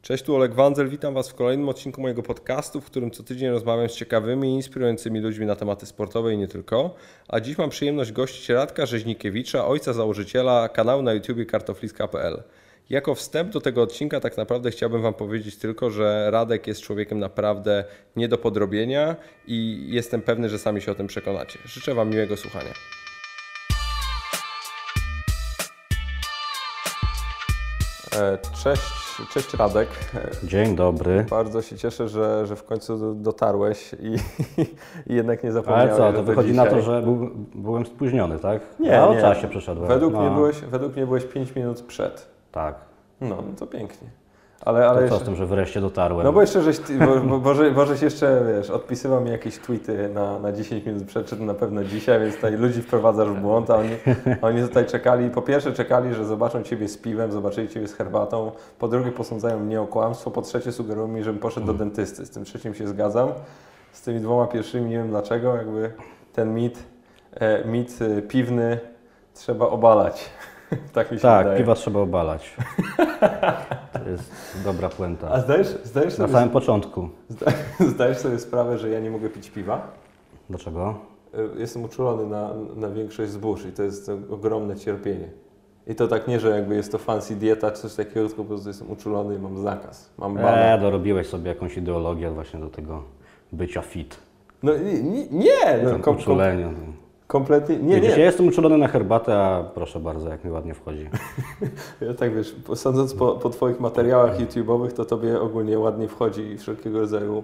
Cześć, tu Oleg Wandzel, witam Was w kolejnym odcinku mojego podcastu, w którym co tydzień rozmawiam z ciekawymi i inspirującymi ludźmi na tematy sportowe i nie tylko. A dziś mam przyjemność gościć Radka Rzeźnikiewicza, ojca założyciela kanału na YouTubie kartofliska.pl. Jako wstęp do tego odcinka tak naprawdę chciałbym Wam powiedzieć tylko, że Radek jest człowiekiem naprawdę nie do podrobienia i jestem pewny, że sami się o tym przekonacie. Życzę Wam miłego słuchania. Cześć Radek. Dzień dobry. Bardzo się cieszę, że w końcu dotarłeś i jednak nie zapomniałeś. Ale co, to wychodzi na to, że byłem spóźniony, tak? Nie, o nie. czasie przyszedłem. Według mnie byłeś 5 minut przed. Tak. No to pięknie. Ale to jeszcze... co z tym, że wreszcie dotarłem? No bo jeszcze bo żeś jeszcze, wiesz, odpisywał mi jakieś tweety na 10 minut przed, czy to na pewno dzisiaj, więc tutaj ludzi wprowadzasz w błąd, a oni tutaj czekali, po pierwsze czekali, że zobaczą Ciebie z piwem, zobaczyli Ciebie z herbatą, po drugie posądzają mnie o kłamstwo, po trzecie sugerują mi, żebym poszedł do dentysty. Z tym trzecim się zgadzam, z tymi dwoma pierwszymi nie wiem dlaczego, jakby ten mit piwny trzeba obalać. Tak mi się wydaje. Piwa trzeba obalać. To jest dobra puenta. A zdajesz sobie na samym początku. Zdajesz sobie sprawę, że ja nie mogę pić piwa? Dlaczego? Jestem uczulony na większość zbóż i to jest ogromne cierpienie. I to tak nie, że jakby jest to fancy dieta czy coś takiego, tylko po prostu jestem uczulony i mam zakaz. Mam banę. Dorobiłeś sobie jakąś ideologię właśnie do tego bycia fit. No nie! No, uczulenie. Kompletnie nie. Dzisiaj jestem uczulony na herbatę, a proszę bardzo, jak mi ładnie wchodzi. Ja tak wiesz, sądząc po Twoich materiałach YouTube'owych, to Tobie ogólnie ładnie wchodzi wszelkiego rodzaju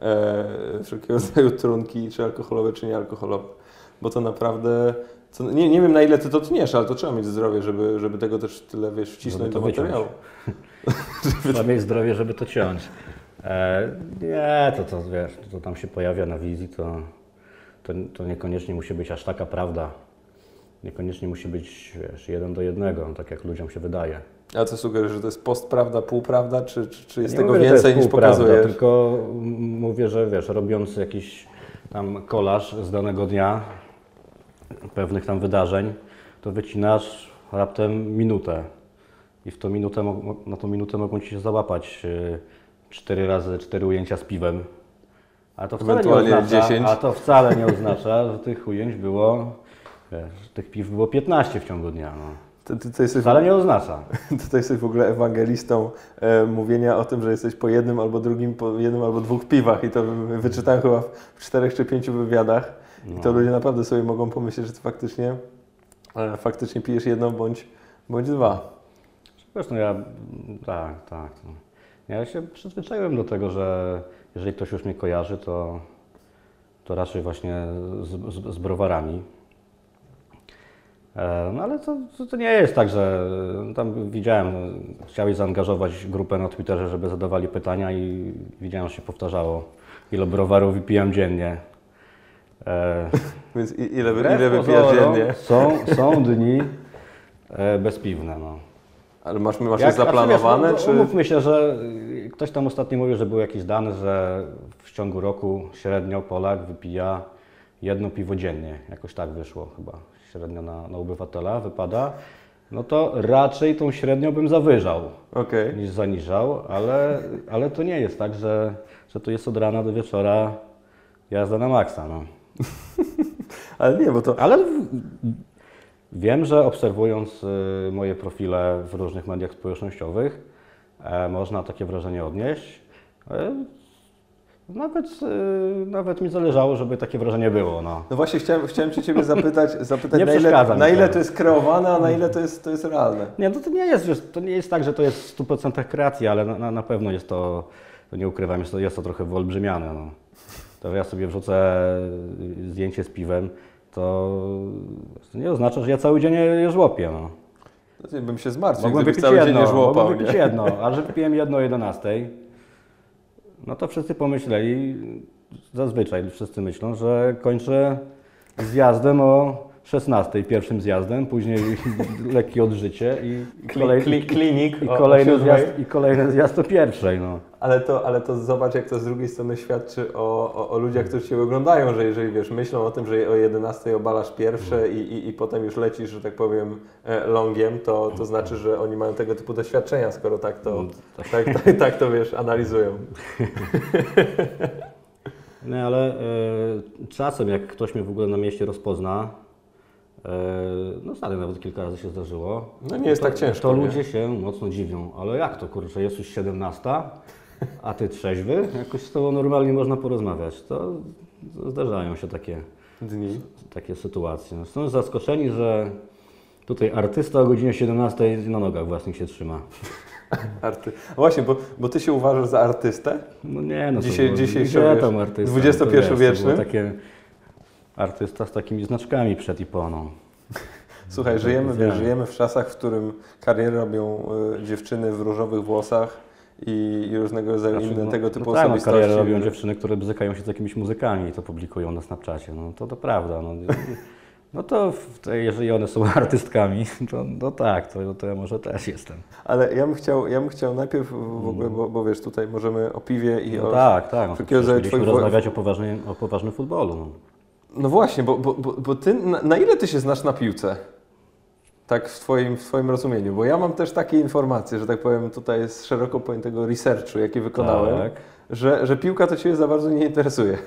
trunki, czy alkoholowe, czy niealkoholowe. Bo to naprawdę, nie wiem na ile Ty to tniesz, ale to trzeba mieć zdrowie, żeby tego też tyle, wiesz, wcisnąć do materiału. Trzeba mieć zdrowie, żeby to ciąć. Nie, to wiesz, to tam się pojawia na wizji, to niekoniecznie musi być aż taka prawda. Niekoniecznie musi być, wiesz, 1:1, tak jak ludziom się wydaje. A co sugerujesz, że to jest postprawda, półprawda, czy jest Nie tego mówię, więcej niż pokazujesz? Tylko mówię, że wiesz, robiąc jakiś tam kolaż z danego dnia, pewnych tam wydarzeń, to wycinasz raptem minutę. I na tą minutę mogą Ci się załapać 4 razy 4 ujęcia z piwem. A to wcale nie oznacza, że tych ujęć było, wiesz, tych piw było 15 w ciągu dnia. No. Wcale nie oznacza. Tutaj jesteś w ogóle ewangelistą mówienia o tym, że jesteś po jednym albo dwóch piwach i to wyczytałem chyba w 4 czy 5 wywiadach. I to ludzie naprawdę sobie mogą pomyśleć, że ty faktycznie pijesz jedno bądź dwa. Zresztą tak. Ja się przyzwyczaiłem do tego, że jeżeli ktoś już mnie kojarzy, to raczej właśnie z browarami. No ale to nie jest tak, że tam widziałem, chciałeś zaangażować grupę na Twitterze, żeby zadawali pytania i widziałem, że się powtarzało, ile browarów wypijam dziennie. Więc ile wypijasz dziennie? Są dni bezpiwne. No. Ale masz je zaplanowane? Czy... Umówmy się, że ktoś tam ostatnio mówił, że były jakieś dane, że w ciągu roku średnio Polak wypija 1 piwo dziennie. Jakoś tak wyszło chyba. Średnio na obywatela wypada. No to raczej tą średnią bym zawyżał niż zaniżał, ale to nie jest tak, że to jest od rana do wieczora jazda na maksa. No. Ale nie, bo to... Ale wiem, że obserwując moje profile w różnych mediach społecznościowych, można takie wrażenie odnieść. Nawet mi zależało, żeby takie wrażenie było. No właśnie chciałem Ciebie zapytać na ile to jest kreowane, a na ile to jest realne. Nie, no to nie jest tak, że to jest w 100% kreacji, ale na pewno jest to nie ukrywam, jest to trochę wyolbrzymiane. No. To ja sobie wrzucę zdjęcie z piwem, to nie oznacza, że ja cały dzień je żłopię. No. Ja bym się zmartwił, gdybyś cały dzień nie żłopał. Mogłem wypić jedno, ale że wypiłem jedno o 11, no to wszyscy pomyśleli, zazwyczaj wszyscy myślą, że kończę zjazdem o 16 pierwszym zjazdem, później lekkie odżycie i Klinik kolejny zjazd o pierwszej. No. Ale to zobacz, jak to z drugiej strony świadczy o ludziach, którzy Cię oglądają, że jeżeli wiesz, myślą o tym, że o 11 obalasz pierwsze i potem już lecisz, że tak powiem, longiem, to znaczy, że oni mają tego typu doświadczenia, skoro tak to wiesz, analizują. Nie, ale czasem jak ktoś mnie w ogóle na mieście rozpozna, no stale nawet kilka razy się zdarzyło. No nie jest tak ciężko. To ludzie się mocno dziwią, ale jak to, kurczę, jest już 17, a ty trzeźwy? Jakoś z tobą normalnie można porozmawiać. To zdarzają się takie sytuacje. Są zaskoczeni, że tutaj artysta o godzinie 17 na nogach własnych się trzyma. Właśnie, bo ty się uważasz za artystę? No nie, no Dzisiejszy tam artysta. XXI-wieczny? Takie artysta z takimi znaczkami przed i po. No. Słuchaj, żyjemy w czasach, w którym karierę robią dziewczyny w różowych włosach i różnego rodzaju inne tego typu osobistości. Karierę robią dziewczyny, które bzykają się z jakimiś muzykami i to publikują na Snapchacie. No to prawda. No to jeżeli one są artystkami, to tak, to ja może też jestem. Ale ja bym chciał najpierw w ogóle, bo wiesz, tutaj możemy o piwie i o... Tak. Chcieliśmy rozmawiać o poważnym futbolu. No właśnie, bo ty, na ile ty się znasz na piłce? Tak w twoim rozumieniu, bo ja mam też takie informacje, że tak powiem, tutaj z szeroko pojętego researchu, jaki wykonałem, tak. że piłka to Ciebie za bardzo nie interesuje.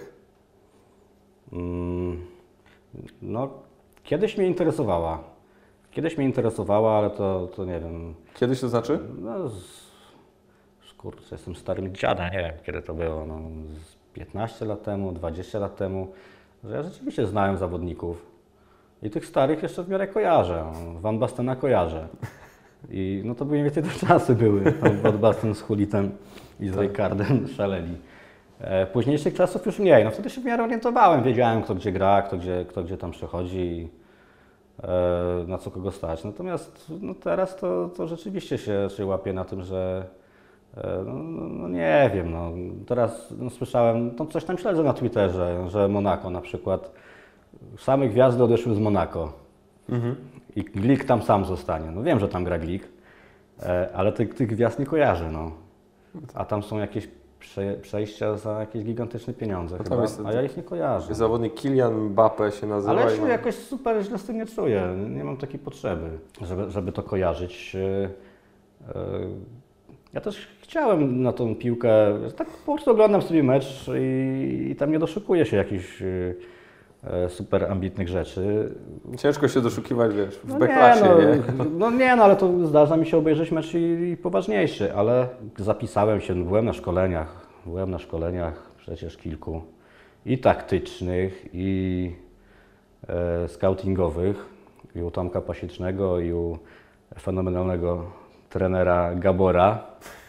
No, kiedyś mnie interesowała, ale to nie wiem. Kiedyś to znaczy? No, kurczę, jestem starym dziadem, nie wiem kiedy to było, no, 15 lat temu, 20 lat temu, że ja rzeczywiście znałem zawodników i tych starych jeszcze w miarę kojarzę. Van Bastena kojarzę. I no to mniej więcej te czasy były. Van Basten z Hulitem i z Rijkaardem szaleli. Późniejszych czasów już mniej. No wtedy się w miarę orientowałem, wiedziałem kto gdzie gra, kto gdzie tam przechodzi, na co kogo stać. Natomiast no teraz to rzeczywiście się łapie na tym, że no nie wiem, no teraz słyszałem, coś tam śledzę na Twitterze, że Monako na przykład, same gwiazdy odeszły z Monako i Glik tam sam zostanie. No wiem, że tam gra Glik, ale tych gwiazd nie kojarzę, no. A tam są jakieś przejścia za jakieś gigantyczne pieniądze chyba, a ja ich nie kojarzę. Zawodnik Kylian Mbappé się nazywa. Ale się jakoś super źle z tym nie czuję, nie mam takiej potrzeby, żeby to kojarzyć. Ja też chciałem na tą piłkę, tak po prostu oglądam sobie mecz i tam nie doszukuję się jakichś super ambitnych rzeczy. Ciężko się doszukiwać, wiesz, w B-klasie, nie? No ale to zdarza mi się obejrzeć mecz i poważniejszy, ale zapisałem się, byłem na szkoleniach przecież kilku i taktycznych, i scoutingowych, i u Tomka Pasiecznego, i u fenomenalnego trenera Gabora.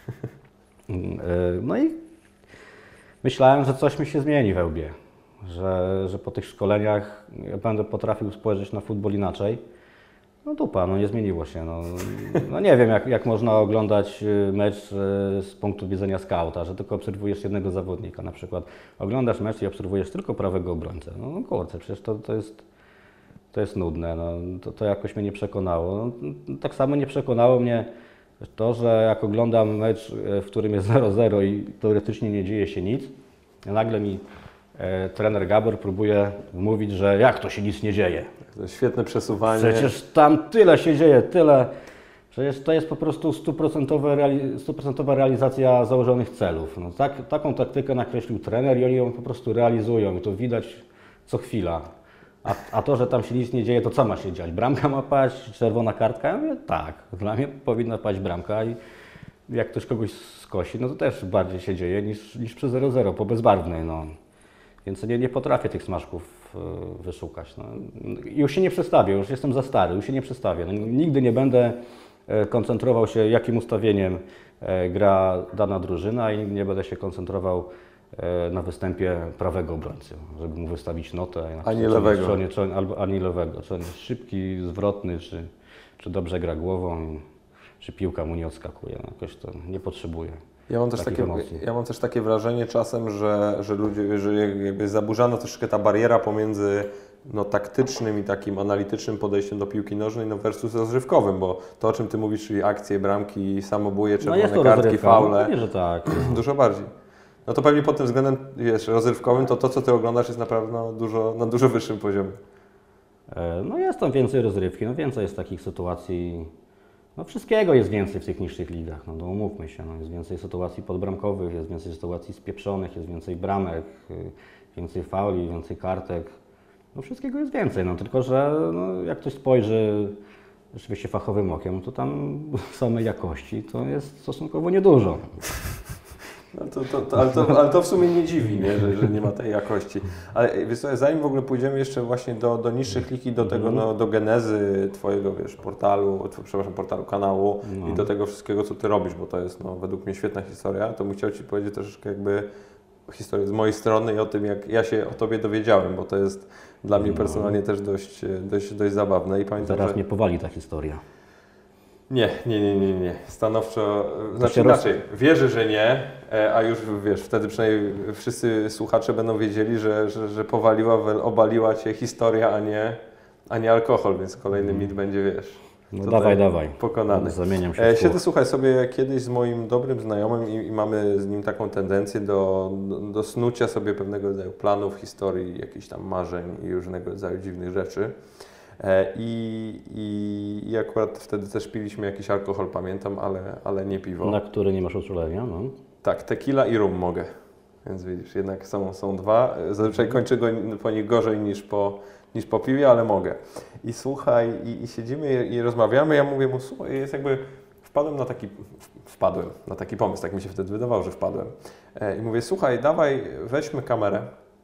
No i myślałem, że coś mi się zmieni we łbie, że po tych szkoleniach będę potrafił spojrzeć na futbol inaczej. No dupa, no nie zmieniło się. No nie wiem, jak można oglądać mecz z punktu widzenia skauta, że tylko obserwujesz jednego zawodnika. Na przykład oglądasz mecz i obserwujesz tylko prawego obrońcę. No kurczę, przecież to jest nudne. No, to jakoś mnie nie przekonało. No, tak samo nie przekonało mnie to, że jak oglądam mecz, w którym jest 0-0 i teoretycznie nie dzieje się nic, nagle mi trener Gabor próbuje mówić, że jak to się nic nie dzieje. To świetne przesuwanie. Przecież tam tyle się dzieje, tyle. Przecież to jest po prostu 100% realizacja założonych celów. No, taką taktykę nakreślił trener i oni ją po prostu realizują i to widać co chwila. A to, że tam się nic nie dzieje, to co ma się dziać? Bramka ma paść, czerwona kartka? Ja mówię, tak, dla mnie powinna paść bramka i jak ktoś kogoś skosi, no to też bardziej się dzieje niż przy 0-0 po bezbarwnej. No. Więc nie potrafię tych smaszków wyszukać. No. Już się nie przestawię, już jestem za stary, już się nie przestawię. No, nigdy nie będę koncentrował się, jakim ustawieniem gra dana drużyna i nie będę się koncentrował na występie prawego obrońcy, żeby mu wystawić notę. Ani lewego. Ani lewego. Czy on jest szybki, zwrotny, czy dobrze gra głową, czy piłka mu nie odskakuje. No, jakoś to nie potrzebuje. Ja mam też takie wrażenie czasem, że ludzie, że jakby zaburzano troszkę ta bariera pomiędzy no, taktycznym i takim analitycznym podejściem do piłki nożnej no, versus rozrywkowym, bo to, o czym Ty mówisz, czyli akcje, bramki, samobóje, czerwone kartki, rozrywka, faule, pewnie, że tak. dużo bardziej. No to pewnie pod tym względem, wiesz, rozrywkowym, to co Ty oglądasz jest naprawdę na dużo wyższym poziomie. No jest tam więcej rozrywki, no więcej jest takich sytuacji, no wszystkiego jest więcej w tych niższych ligach, no umówmy się, no jest więcej sytuacji podbramkowych, jest więcej sytuacji spieprzonych, jest więcej bramek, więcej fauli, więcej kartek, no wszystkiego jest więcej, no tylko że no, jak ktoś spojrzy rzeczywiście fachowym okiem, to tam samej jakości to jest stosunkowo niedużo. No ale to w sumie nie dziwi, nie? Że nie ma tej jakości. Ale wiesz co, zanim w ogóle pójdziemy jeszcze właśnie do niższych lig i do tego, no, do genezy Twojego, wiesz, portalu, kanału i do tego wszystkiego, co Ty robisz, bo to jest, no, według mnie świetna historia, to bym chciał Ci powiedzieć troszeczkę jakby historię z mojej strony i o tym, jak ja się o Tobie dowiedziałem, bo to jest dla mnie personalnie też dość zabawne. I pamiętam, Zaraz mnie powali ta historia. Nie. Stanowczo, znaczy inaczej, wierzę, że nie, a już wiesz, wtedy przynajmniej wszyscy słuchacze będą wiedzieli, że obaliła Cię historia, a nie alkohol, więc kolejny mit będzie, wiesz, no dawaj. pokonany. Zamieniam się Siedzę, słuchaj, sobie kiedyś z moim dobrym znajomym i mamy z nim taką tendencję do snucia sobie pewnego rodzaju planów, historii, jakichś tam marzeń i różnego rodzaju dziwnych rzeczy. I akurat wtedy też piliśmy jakiś alkohol, pamiętam, ale nie piwo. Na który nie masz uczulenia, no. Tak, tequila i rum mogę. Więc widzisz, jednak są dwa. Zazwyczaj kończę po nich gorzej niż po piwie, ale mogę. I słuchaj, i siedzimy i rozmawiamy, ja mówię mu, słuchaj, jest jakby wpadłem na taki pomysł, tak mi się wtedy wydawało, że wpadłem. I mówię, słuchaj, dawaj, weźmy kamerę,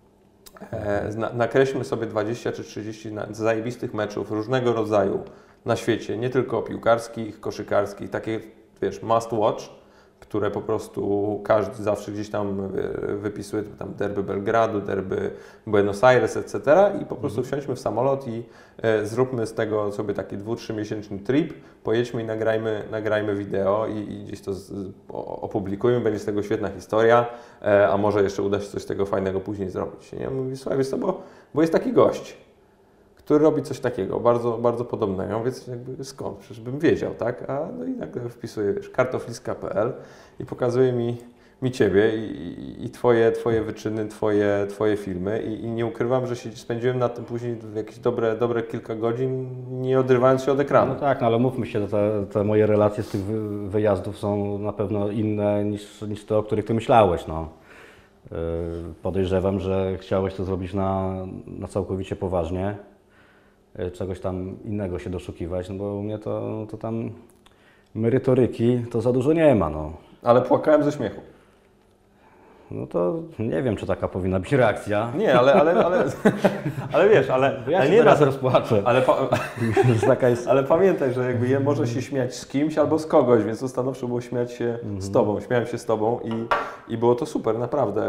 nakreślmy sobie 20 czy 30 zajebistych meczów różnego rodzaju na świecie, nie tylko piłkarskich, koszykarskich, takie, wiesz, must watch, które po prostu każdy zawsze gdzieś tam wypisuje, tam derby Belgradu, derby Buenos Aires, etc. I po prostu wsiądźmy w samolot i zróbmy z tego sobie taki 2-3 miesięczny trip, pojedźmy i nagrajmy wideo i gdzieś to opublikujmy, będzie z tego świetna historia, a może jeszcze uda się coś z tego fajnego później zrobić. Ja mówię, słuchaj, wiesz co, bo jest taki gość, który robi coś takiego, bardzo, bardzo podobnego, więc jakby skąd? Przecież bym wiedział, tak? No i nagle wpisuję, wiesz, kartofliska.pl i pokazuje mi Ciebie i Twoje wyczyny, Twoje filmy i nie ukrywam, że spędziłem na tym później jakieś dobre kilka godzin, nie odrywając się od ekranu. No tak, no ale mówmy się, te moje relacje z tych wyjazdów są na pewno inne niż te, o których Ty myślałeś, no. Podejrzewam, że chciałeś to zrobić na całkowicie poważnie. Czegoś tam innego się doszukiwać, no bo u mnie to tam merytoryki to za dużo nie ma, no. Ale płakałem ze śmiechu. No to nie wiem, czy taka powinna być reakcja. Nie, ale wiesz, ale Bo ja się nie teraz rozpłaczę. Ale pamiętaj, że jakby może się śmiać z kimś albo z kogoś, więc to stanowczo było śmiać się z Tobą. Śmiałem się z Tobą i było to super, naprawdę,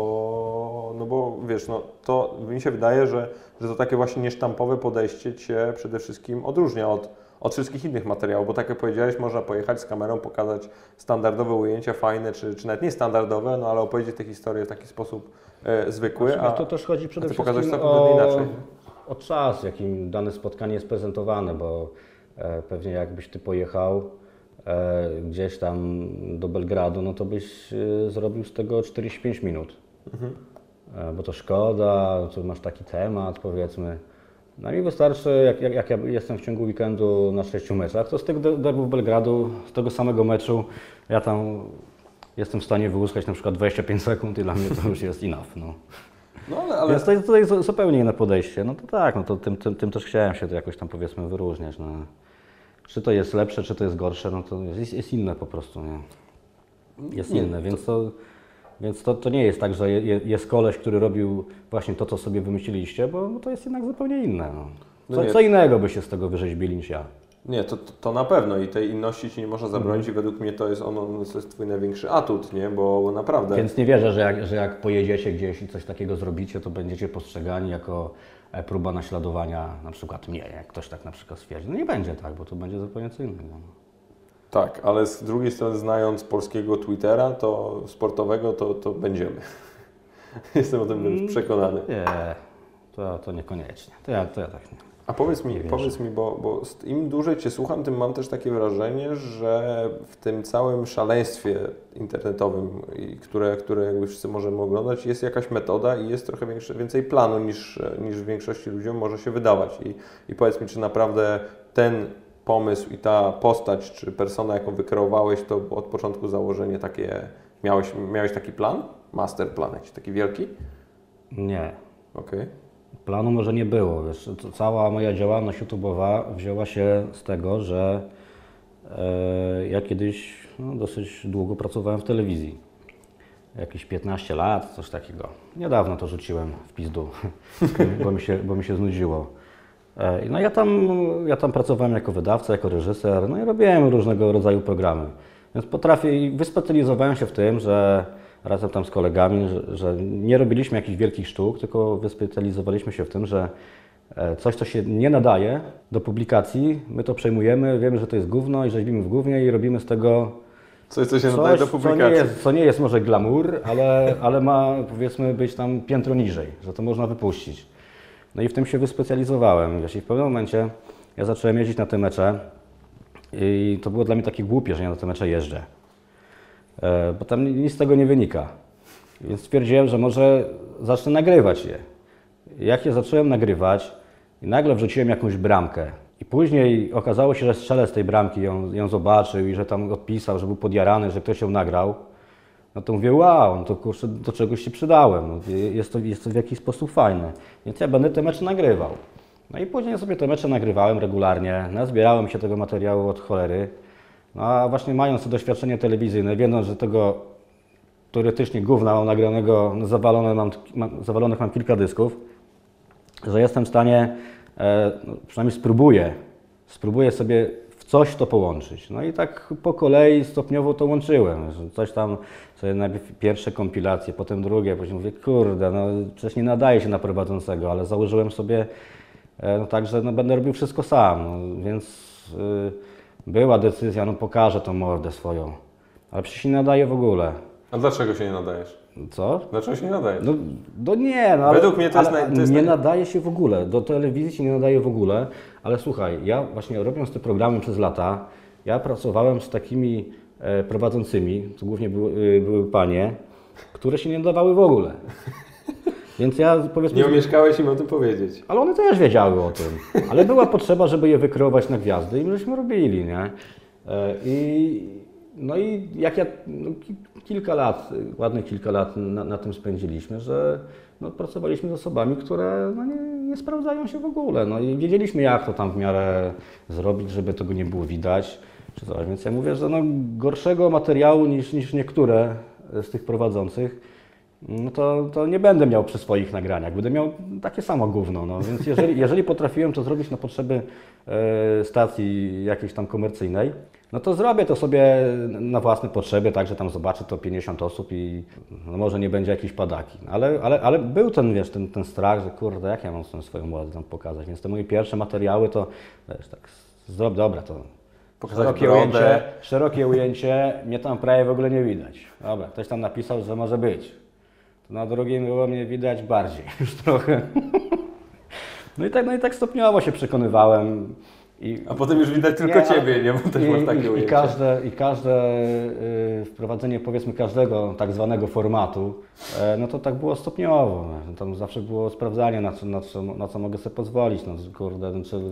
bo wiesz, no to mi się wydaje, że to takie właśnie niesztampowe podejście Cię przede wszystkim odróżnia od wszystkich innych materiałów, bo tak jak powiedziałeś, można pojechać z kamerą, pokazać standardowe ujęcia, fajne, czy nawet niestandardowe, no ale opowiedzieć tę historię w taki sposób zwykły, a to też chodzi przede wszystkim inaczej. O czas, w jakim dane spotkanie jest prezentowane, bo pewnie jakbyś Ty pojechał gdzieś tam do Belgradu, no to byś zrobił z tego 45 minut. Bo to szkoda, tu masz taki temat, powiedzmy. No mi wystarczy, jak ja jestem w ciągu weekendu na 6 meczach, to z tych derbów Belgradu, z tego samego meczu, ja tam jestem w stanie wyłuskać na przykład 25 sekund i dla mnie to już jest enough. No. Ale... Więc to jest tutaj zupełnie inne podejście. No to tak, no to tym też chciałem się to jakoś tam, powiedzmy, wyróżniać. No. Czy to jest lepsze, czy to jest gorsze, no to jest inne po prostu, nie? Jest inne, więc to nie jest tak, że jest koleś, który robił właśnie to, co sobie wymyśliliście, bo to jest jednak zupełnie inne. No. Co innego by się z tego wyrzeźbili niż ja. Nie, to na pewno i tej inności Ci nie można zabronić i według mnie to jest Twój największy atut, nie? Bo naprawdę... Więc nie wierzę, że jak pojedziecie gdzieś i coś takiego zrobicie, to będziecie postrzegani jako próba naśladowania na przykład mnie, jak ktoś tak na przykład stwierdzi. No nie będzie tak, bo to będzie zupełnie co innego. Tak, ale z drugiej strony znając polskiego Twittera, to sportowego, to będziemy. Jestem o tym przekonany. Nie. To niekoniecznie. To ja tak nie. A powiedz mi, bo im dłużej Cię słucham, tym mam też takie wrażenie, że w tym całym szaleństwie internetowym, które jakby wszyscy możemy oglądać, jest jakaś metoda i jest trochę więcej planu niż większości ludziom może się wydawać. I powiedz mi, czy naprawdę ten pomysł i ta postać, czy persona, jaką wykreowałeś, to od początku założenie takie, miałeś taki plan? Masterplan jakiś taki wielki? Nie. Okej. Planu może nie było. Wiesz, cała moja działalność YouTube'owa wzięła się z tego, że ja kiedyś dosyć długo pracowałem w telewizji. Jakieś 15 lat, coś takiego. Niedawno to rzuciłem w pizdu, bo mi się znudziło. No ja tam pracowałem jako wydawca, jako reżyser, no i robiłem różnego rodzaju programy. Więc potrafię i wyspecjalizowałem się w tym, że razem tam z kolegami, że nie robiliśmy jakichś wielkich sztuk, tylko wyspecjalizowaliśmy się w tym, że coś, co się nie nadaje do publikacji, my to przejmujemy, wiemy, że to jest gówno i rzeźbimy w gównie i robimy z tego Coś, co się nadaje do publikacji. Co nie jest może glamour, ale ma, powiedzmy, być tam piętro niżej, że to można wypuścić. No i w tym się wyspecjalizowałem. Wiesz, i w pewnym momencie ja zacząłem jeździć na te mecze i to było dla mnie takie głupie, że ja na te mecze jeżdżę. Bo tam nic z tego nie wynika. Więc stwierdziłem, że może zacznę nagrywać je. Jak je zacząłem nagrywać i nagle wrzuciłem jakąś bramkę i później okazało się, że strzelec tej bramki ją zobaczył i że tam odpisał, że był podjarany, że ktoś ją nagrał, no to mówię, wow, no to kurczę, do czegoś się przydałem, no, jest to w jakiś sposób fajne, więc ja będę te mecze nagrywał. No i później sobie te mecze nagrywałem regularnie, nazbierałem się tego materiału od cholery. No a właśnie mając to doświadczenie telewizyjne, wiedząc, że tego teoretycznie gówna mam nagranego, zawalonych mam kilka dysków, że jestem w stanie, przynajmniej spróbuję sobie w coś to połączyć. No i tak po kolei stopniowo to łączyłem. Że coś tam, sobie najpierw pierwsze kompilacje, potem drugie, później mówię, kurde, no przecież nie nadaje się na prowadzącego, ale założyłem sobie tak, że będę robił wszystko sam, więc była decyzja, pokażę tą mordę swoją, ale przecież się nie nadaje w ogóle. A dlaczego się nie nadajesz? Co? Dlaczego się nie nadajesz? Nie, ale, według mnie to jest nie nadaje się w ogóle, do telewizji się nie nadaje w ogóle, ale słuchaj, ja właśnie robiąc te programy przez lata, ja pracowałem z takimi prowadzącymi, to głównie były panie, które się nie nadawały w ogóle. Więc ja powiedzmy... Nie umieszkałeś im o tym powiedzieć. Ale one też wiedziały o tym. Ale była potrzeba, żeby je wykreować na gwiazdy i my żeśmy robili, nie? No i jak ja ładnych kilka lat na tym spędziliśmy, że pracowaliśmy z osobami, które nie sprawdzają się w ogóle. No i wiedzieliśmy, jak to tam w miarę zrobić, żeby tego nie było widać, czy coś. Więc ja mówię, że gorszego materiału niż niektóre z tych prowadzących, no to nie będę miał przy swoich nagraniach, będę miał takie samo gówno. No. Więc jeżeli potrafiłem to zrobić na potrzeby stacji jakiejś tam komercyjnej, no to zrobię to sobie na własne potrzeby, tak, że tam zobaczy to 50 osób i może nie będzie jakiejś padaki. Ale był ten, wiesz, ten strach, że kurde, jak ja mam swoją władzę tam pokazać. Więc te moje pierwsze materiały to, wiesz, tak, dobra, to szerokie ujęcie, mnie tam prawie w ogóle nie widać. Dobra, ktoś tam napisał, że może być. To na drugim było mnie widać bardziej, już trochę. No i tak stopniowo się przekonywałem. A potem już widać tylko Ciebie, nie? Bo też masz takie ujęcie. I każde wprowadzenie, powiedzmy, każdego tak zwanego formatu, no to tak było stopniowo. Tam zawsze było sprawdzanie, na co mogę sobie pozwolić. No kurde,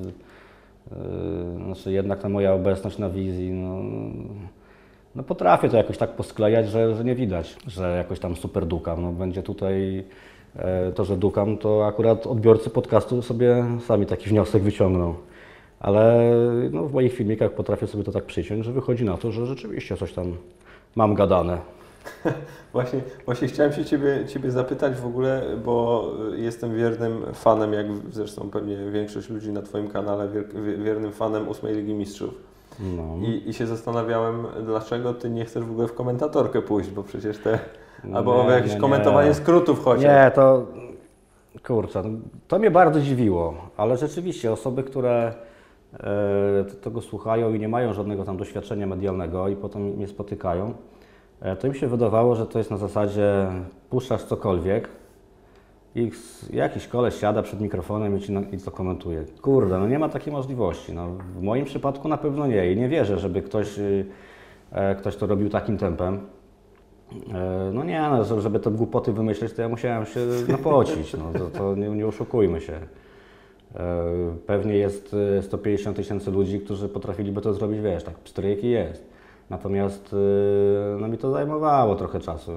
jednak ta moja obecność na wizji, no potrafię to jakoś tak posklejać, że nie widać, że jakoś tam super dukam. No będzie tutaj to, że dukam, to akurat odbiorcy podcastu sobie sami taki wniosek wyciągną. Ale w moich filmikach potrafię sobie to tak przyciąć, że wychodzi na to, że rzeczywiście coś tam mam gadane. Właśnie chciałem się Ciebie zapytać w ogóle, bo jestem wiernym fanem, jak zresztą pewnie większość ludzi na Twoim kanale, wiernym fanem 8. Ligi Mistrzów. No. I się zastanawiałem, dlaczego Ty nie chcesz w ogóle w komentatorkę pójść, bo przecież albo jakieś komentowanie skrótów chociaż. Nie, to kurczę, to mnie bardzo dziwiło, ale rzeczywiście osoby, które tego słuchają i nie mają żadnego tam doświadczenia medialnego i potem mnie spotykają, to im się wydawało, że to jest na zasadzie puszczasz cokolwiek i jakiś koleś siada przed mikrofonem i to komentuje. Kurde, no nie ma takiej możliwości. No, w moim przypadku na pewno nie i nie wierzę, żeby ktoś to robił takim tempem. No nie, no, żeby te głupoty wymyśleć, to ja musiałem się napocić, no, to nie oszukujmy się. Pewnie jest 150 000 ludzi, którzy potrafiliby to zrobić, wiesz, tak pstryk i jest. Natomiast no, mi to zajmowało trochę czasu.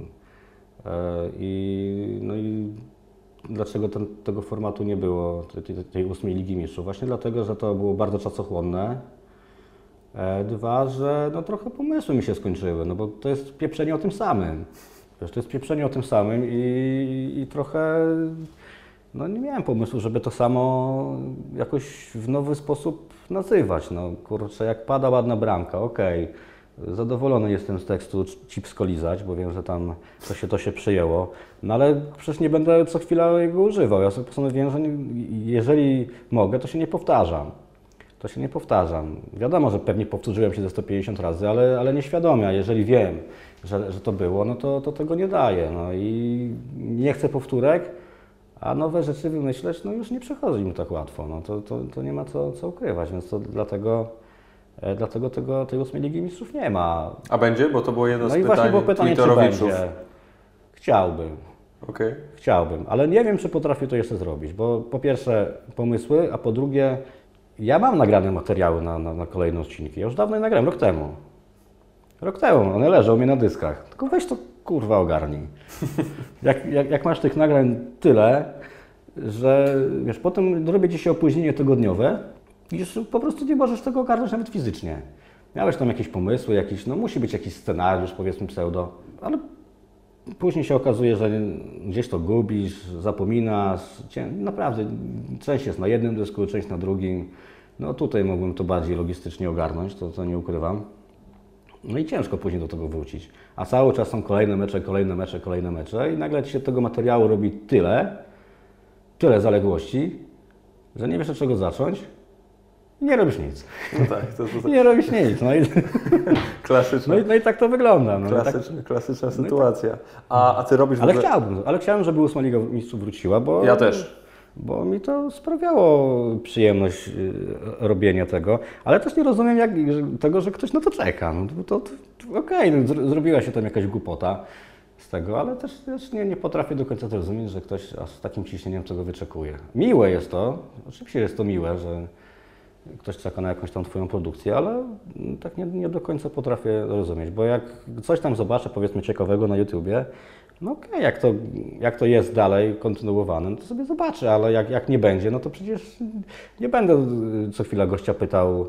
I dlaczego tego formatu nie było, tej 8 Ligi Mistrzów? Właśnie dlatego, że to było bardzo czasochłonne. Dwa, że no, trochę pomysły mi się skończyły, no bo to jest pieprzenie o tym samym. Wiesz, to jest pieprzenie o tym samym i trochę no, nie miałem pomysłu, żeby to samo jakoś w nowy sposób nazywać. No kurczę, jak pada ładna bramka, okej. Zadowolony jestem z tekstu Cipsko lizać, bo wiem, że tam to się przyjęło. No ale przecież nie będę co chwila jego używał. Ja sobie postanowiłem, że jeżeli mogę, to się nie powtarzam. Wiadomo, że pewnie powtórzyłem się ze 150 razy, ale nieświadomie. A jeżeli wiem, że to było, no to tego nie daję. No i nie chcę powtórek, a nowe rzeczy wymyśleć, no już nie przychodzi mi tak łatwo. No to nie ma co ukrywać, więc to dlatego tej 8 Ligi Mistrzów nie ma. A będzie? Bo to było jedno z pytań właśnie było pytanie, czy będzie. Chciałbym. Okay. Chciałbym, ale nie wiem, czy potrafię to jeszcze zrobić, bo po pierwsze pomysły, a po drugie ja mam nagrane materiały na kolejne odcinki. Ja już dawno je nagrałem, rok temu. One leżą u mnie na dyskach. Tylko weź to kurwa ogarnij. Jak masz tych nagrań tyle, że wiesz, potem robi ci się opóźnienie tygodniowe i już po prostu nie możesz tego ogarnąć nawet fizycznie. Miałeś tam jakieś pomysły, no musi być jakiś scenariusz, powiedzmy pseudo, ale później się okazuje, że gdzieś to gubisz, zapominasz. Naprawdę, część jest na jednym dysku, część na drugim. No tutaj mógłbym to bardziej logistycznie ogarnąć, to nie ukrywam. No i ciężko później do tego wrócić. A cały czas są kolejne mecze i nagle ci się tego materiału robi tyle zaległości, że nie wiesz, od czego zacząć i nie robisz nic. No tak, to... Nie robisz nic. Klasyczna. No i tak to wygląda. No klasyczna sytuacja. A ty robisz... Ale chciałbym, żeby 8 Liga Mistrzów wróciła, bo... Ja też. Bo mi to sprawiało przyjemność robienia tego, ale też nie rozumiem tego, że ktoś na to czeka. No okej, zrobiła się tam jakaś głupota z tego, ale też nie potrafię do końca zrozumieć, że ktoś aż z takim ciśnieniem tego wyczekuje. Miłe jest to, oczywiście jest to miłe, że ktoś czeka na jakąś tam Twoją produkcję, ale tak nie do końca potrafię rozumieć, bo jak coś tam zobaczę, powiedzmy ciekawego na YouTubie, no okej, jak to jest dalej kontynuowane, no to sobie zobaczę, ale jak nie będzie, no to przecież nie będę co chwila gościa pytał,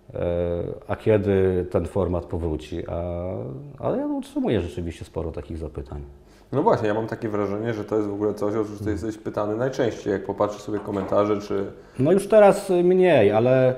a kiedy ten format powróci, ale ja utrzymuję rzeczywiście sporo takich zapytań. No właśnie, ja mam takie wrażenie, że to jest w ogóle coś, o co ty jesteś pytany najczęściej, jak popatrzysz sobie komentarze, czy... No już teraz mniej, ale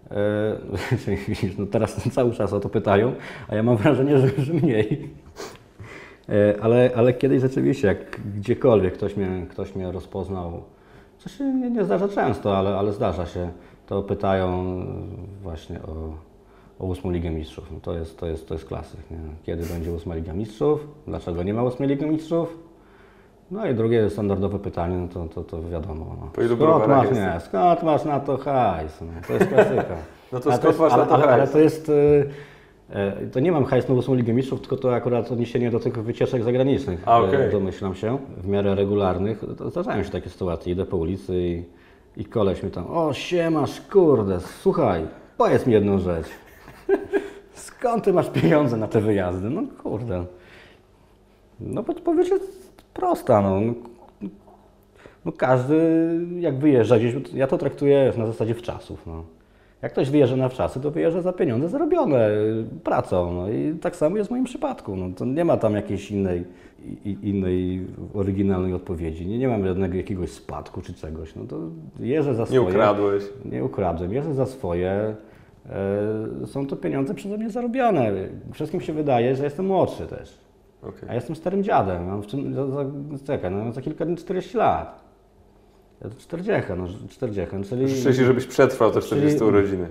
no teraz cały czas o to pytają, a ja mam wrażenie, że mniej. Ale kiedyś rzeczywiście, jak gdziekolwiek ktoś mnie rozpoznał, co się nie zdarza często, ale zdarza się, to pytają właśnie o 8 Ligę Mistrzów. No to jest klasyk. Nie? Kiedy będzie 8 Liga Mistrzów? Dlaczego nie ma 8 Ligi Mistrzów? No i drugie standardowe pytanie, no to wiadomo. No. Skąd masz na to hajs? No, to jest klasyka. No to skąd masz na to hajs? Ale to jest... To nie mam hajs na 8 Ligę Mistrzów, tylko to akurat odniesienie do tych wycieczek zagranicznych. Domyślam się, w miarę regularnych. Zdarzają się takie sytuacje, idę po ulicy i koleś mi tam, o siemasz, kurde, słuchaj, powiedz mi jedną rzecz. Skąd ty masz pieniądze na te wyjazdy? No kurde. No odpowiedź jest prosta, no każdy jak wyjeżdża gdzieś, ja to traktuję na zasadzie wczasów, no. Jak ktoś wyjeżdża na wczasy, to wyjeżdża za pieniądze zarobione pracą. No i tak samo jest w moim przypadku. No, to nie ma tam jakiejś innej oryginalnej odpowiedzi. Nie mam żadnego jakiegoś spadku czy czegoś. No to jeżdżę za swoje. Nie ukradłeś? Nie ukradłem. Jeżdżę za swoje. Są to pieniądze przeze mnie zarobione. Wszystkim się wydaje, że jestem młodszy też. Okay. A jestem starym dziadem. Mam za kilka dni 40 lat. Ja to 40, czyli... Szczęście, żebyś przetrwał te 40 urodziny.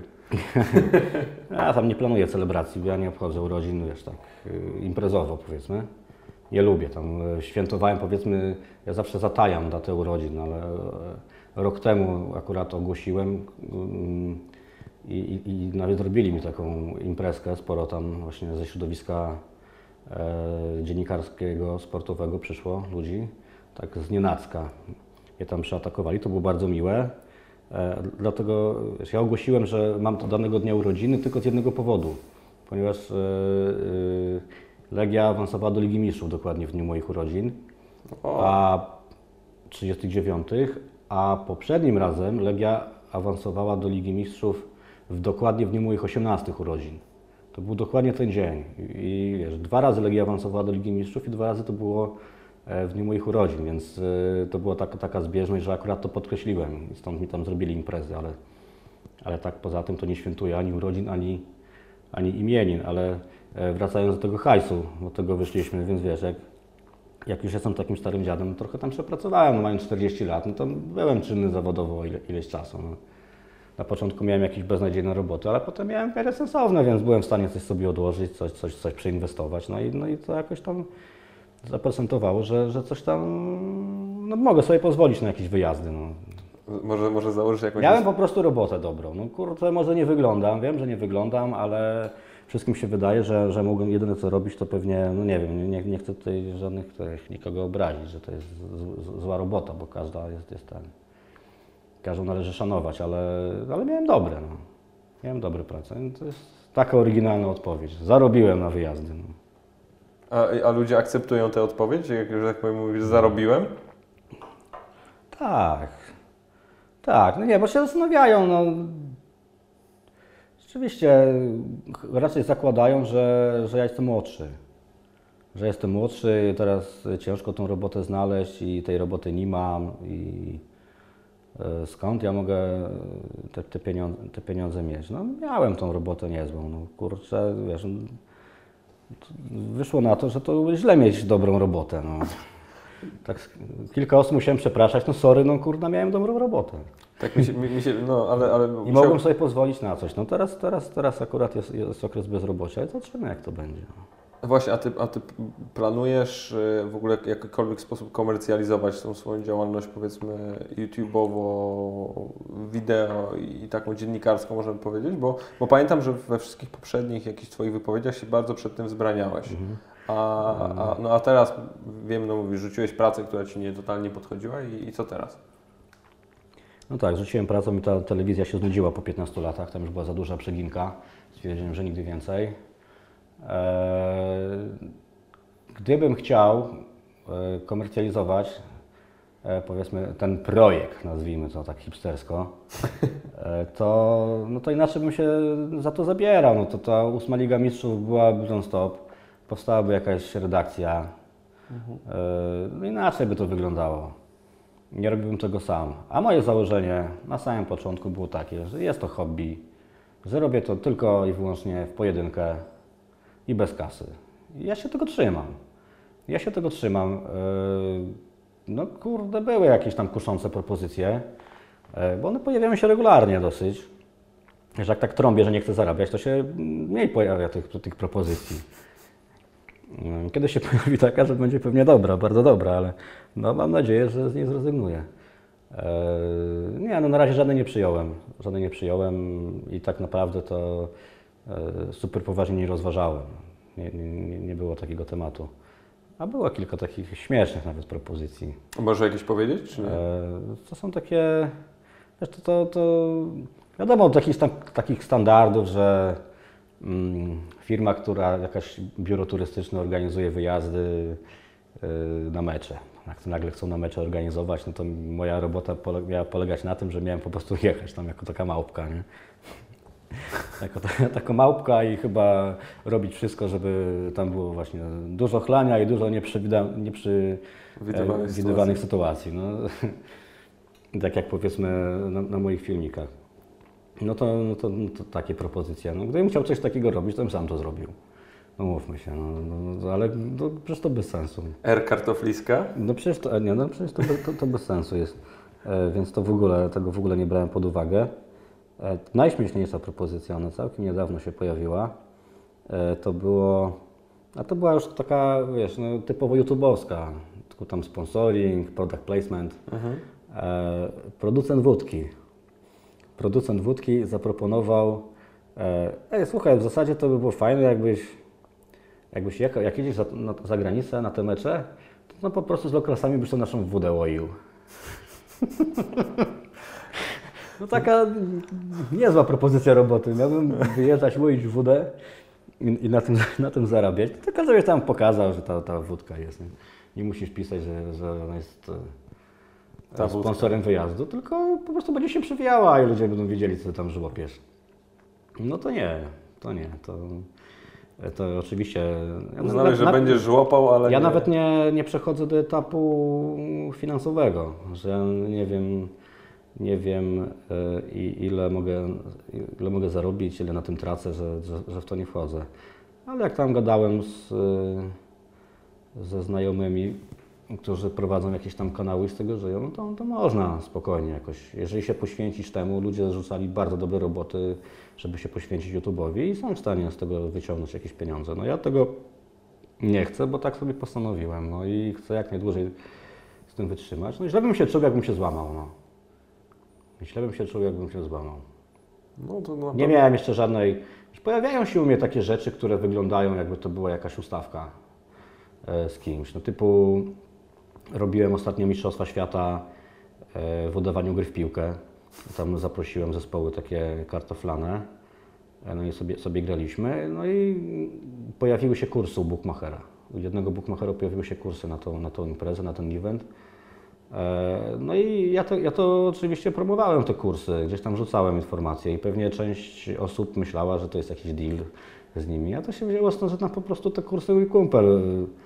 Ja tam nie planuję celebracji, bo ja nie obchodzę urodzin, wiesz, tak imprezowo powiedzmy. nie lubię. Tam świętowałem, powiedzmy, ja zawsze zatajam datę urodzin, ale rok temu akurat ogłosiłem i nawet zrobili mi taką imprezkę, sporo tam właśnie ze środowiska dziennikarskiego, sportowego przyszło ludzi, tak znienacka mnie tam przeatakowali, to było bardzo miłe. Dlatego ja ogłosiłem, że mam to danego dnia urodziny tylko z jednego powodu, ponieważ Legia awansowała do Ligi Mistrzów dokładnie w dniu moich urodzin, a 39, a poprzednim razem Legia awansowała do Ligi Mistrzów dokładnie w dniu moich 18 urodzin. To był dokładnie ten dzień i wiesz, 2 razy Legia awansowała do Ligi Mistrzów i 2 razy to było w dniu moich urodzin, więc to była taka zbieżność, że akurat to podkreśliłem i stąd mi tam zrobili imprezy, ale tak poza tym to nie świętuję ani urodzin, ani imienin, ale wracając do tego hajsu, do tego wyszliśmy, więc wiesz, jak już jestem takim starym dziadem, trochę tam przepracowałem, no mając 40 lat, no to byłem czynny zawodowo ileś czasu. No. Na początku miałem jakieś beznadziejne roboty, ale potem miałem wiele sensowne, więc byłem w stanie coś sobie odłożyć, coś przeinwestować, no i to jakoś tam zaprocentowało, że coś tam, no mogę sobie pozwolić na jakieś wyjazdy. No. Może założyć jakąś... Miałem po prostu robotę dobrą. No kurczę, może nie wyglądam, wiem, że nie wyglądam, ale wszystkim się wydaje, że mogłem jedyne co robić, to pewnie, no nie wiem, nie chcę tutaj nikogo obrazić, że to jest zła robota, bo każda jest ten, każdą należy szanować, ale miałem dobre, no. Miałem dobre prace. To jest taka oryginalna odpowiedź. Zarobiłem na wyjazdy. No. A ludzie akceptują tę odpowiedź, jak już tak powiem, mówisz, zarobiłem? Tak, no nie, bo się zastanawiają, no. Rzeczywiście raczej zakładają, że ja jestem młodszy. Że jestem młodszy, teraz ciężko tą robotę znaleźć i tej roboty nie mam i skąd ja mogę te pieniądze mieć? No miałem tą robotę niezłą, no kurczę, wiesz, wyszło na to, że to źle mieć dobrą robotę, no. Tak kilka osób musiałem przepraszać, no sorry, no kurna, miałem dobrą robotę. Tak mi się no ale... I mogłem sobie pozwolić na coś. No teraz akurat jest okres bezrobocia, ale zobaczymy jak to będzie. Właśnie, a ty planujesz w ogóle w jakikolwiek sposób komercjalizować tą swoją działalność, powiedzmy, YouTube'owo, wideo i taką dziennikarską, można by powiedzieć? Bo pamiętam, że we wszystkich poprzednich jakichś Twoich wypowiedziach się bardzo przed tym wzbraniałeś. A teraz wiem, no mówisz, rzuciłeś pracę, która Ci nie totalnie podchodziła i co teraz? No tak, rzuciłem pracę i ta telewizja się znudziła po 15 latach, tam już była za duża przeginka, stwierdziłem, że nigdy więcej. Gdybym chciał komercjalizować, powiedzmy, ten projekt, nazwijmy to tak hipstersko, to inaczej bym się za to zabierał. No to ta 8. Liga Mistrzów byłaby non-stop, powstałaby jakaś redakcja, no inaczej by to wyglądało. Nie robiłbym tego sam. A moje założenie na samym początku było takie, że jest to hobby, że robię to tylko i wyłącznie w pojedynkę i bez kasy. I ja się tego trzymam. No kurde, były jakieś tam kuszące propozycje, bo one pojawiają się regularnie dosyć. Że jak tak trąbię, że nie chcę zarabiać, to się mniej pojawia tych propozycji. Kiedy się pojawi taka, że będzie pewnie dobra, bardzo dobra, ale no, mam nadzieję, że z niej zrezygnuję. Nie, no na razie żadnej nie przyjąłem i tak naprawdę to super poważnie nie rozważałem. Nie było takiego tematu. A było kilka takich śmiesznych nawet propozycji. Może jakieś powiedzieć, czy nie? To są takie, wiesz, to wiadomo, takich standardów, że firma, która, jakaś biuro turystyczne organizuje wyjazdy na mecze. Jak to nagle chcą na mecze organizować, no to moja robota miała polegać na tym, że miałem po prostu jechać tam jako taka małpka, nie? Jako taka małpka i chyba robić wszystko, żeby tam było właśnie dużo chlania i dużo nieprzewidywanych sytuacji. No. Tak jak powiedzmy na moich filmikach. No to takie propozycje. No, gdybym chciał coś takiego robić, to bym sam to zrobił. No mówmy się, ale przecież to bez sensu. Kartofliska? No przecież to bez sensu jest. Więc tego w ogóle nie brałem pod uwagę. Najśmieszniejsza propozycja, ona całkiem niedawno się pojawiła. To było, A to była już taka, wiesz, no, typowo YouTube'owska, tylko tam sponsoring, product placement. Producent wódki zaproponował, słuchaj, w zasadzie to by było fajne, jak jedziesz za granicę na te mecze, to no po prostu z loklasami byś to naszą wódę łoił. No taka niezła propozycja roboty. Miałbym wyjeżdżać, łoić wódę i na tym zarabiać. Tylko żebyś tam pokazał, że ta wódka jest. Nie musisz pisać, że ona jest sponsorem wyjazdu, tylko po prostu będzie się przewijała i ludzie będą wiedzieli, co tam żłopiesz. No to nie. To oczywiście... Uznałeś, że będziesz żłopał, ale ja nawet nie przechodzę do etapu finansowego, że nie wiem ile mogę zarobić, ile na tym tracę, że w to nie wchodzę. Ale jak tam gadałem ze znajomymi, którzy prowadzą jakieś tam kanały i z tego żyją, no to można spokojnie jakoś. Jeżeli się poświęcisz temu, ludzie rzucali bardzo dobre roboty, żeby się poświęcić YouTube'owi i są w stanie z tego wyciągnąć jakieś pieniądze. No ja tego nie chcę, bo tak sobie postanowiłem, no i chcę jak najdłużej z tym wytrzymać. No i źle bym się czuł, jakbym się złamał, no. No to nie miałem jeszcze żadnej... Pojawiają się u mnie takie rzeczy, które wyglądają, jakby to była jakaś ustawka z kimś. No typu robiłem ostatnio Mistrzostwa Świata w oddawaniu gry w piłkę. Tam zaprosiłem zespoły takie kartoflane. No i sobie graliśmy. No i pojawiły się kursy u bookmachera. U jednego bookmachera pojawiły się kursy na tą imprezę, na ten event. No i ja to oczywiście promowałem te kursy, gdzieś tam rzucałem informacje i pewnie część osób myślała, że to jest jakiś deal z nimi. A to się wzięło stąd, że tam po prostu te kursy mój kumpel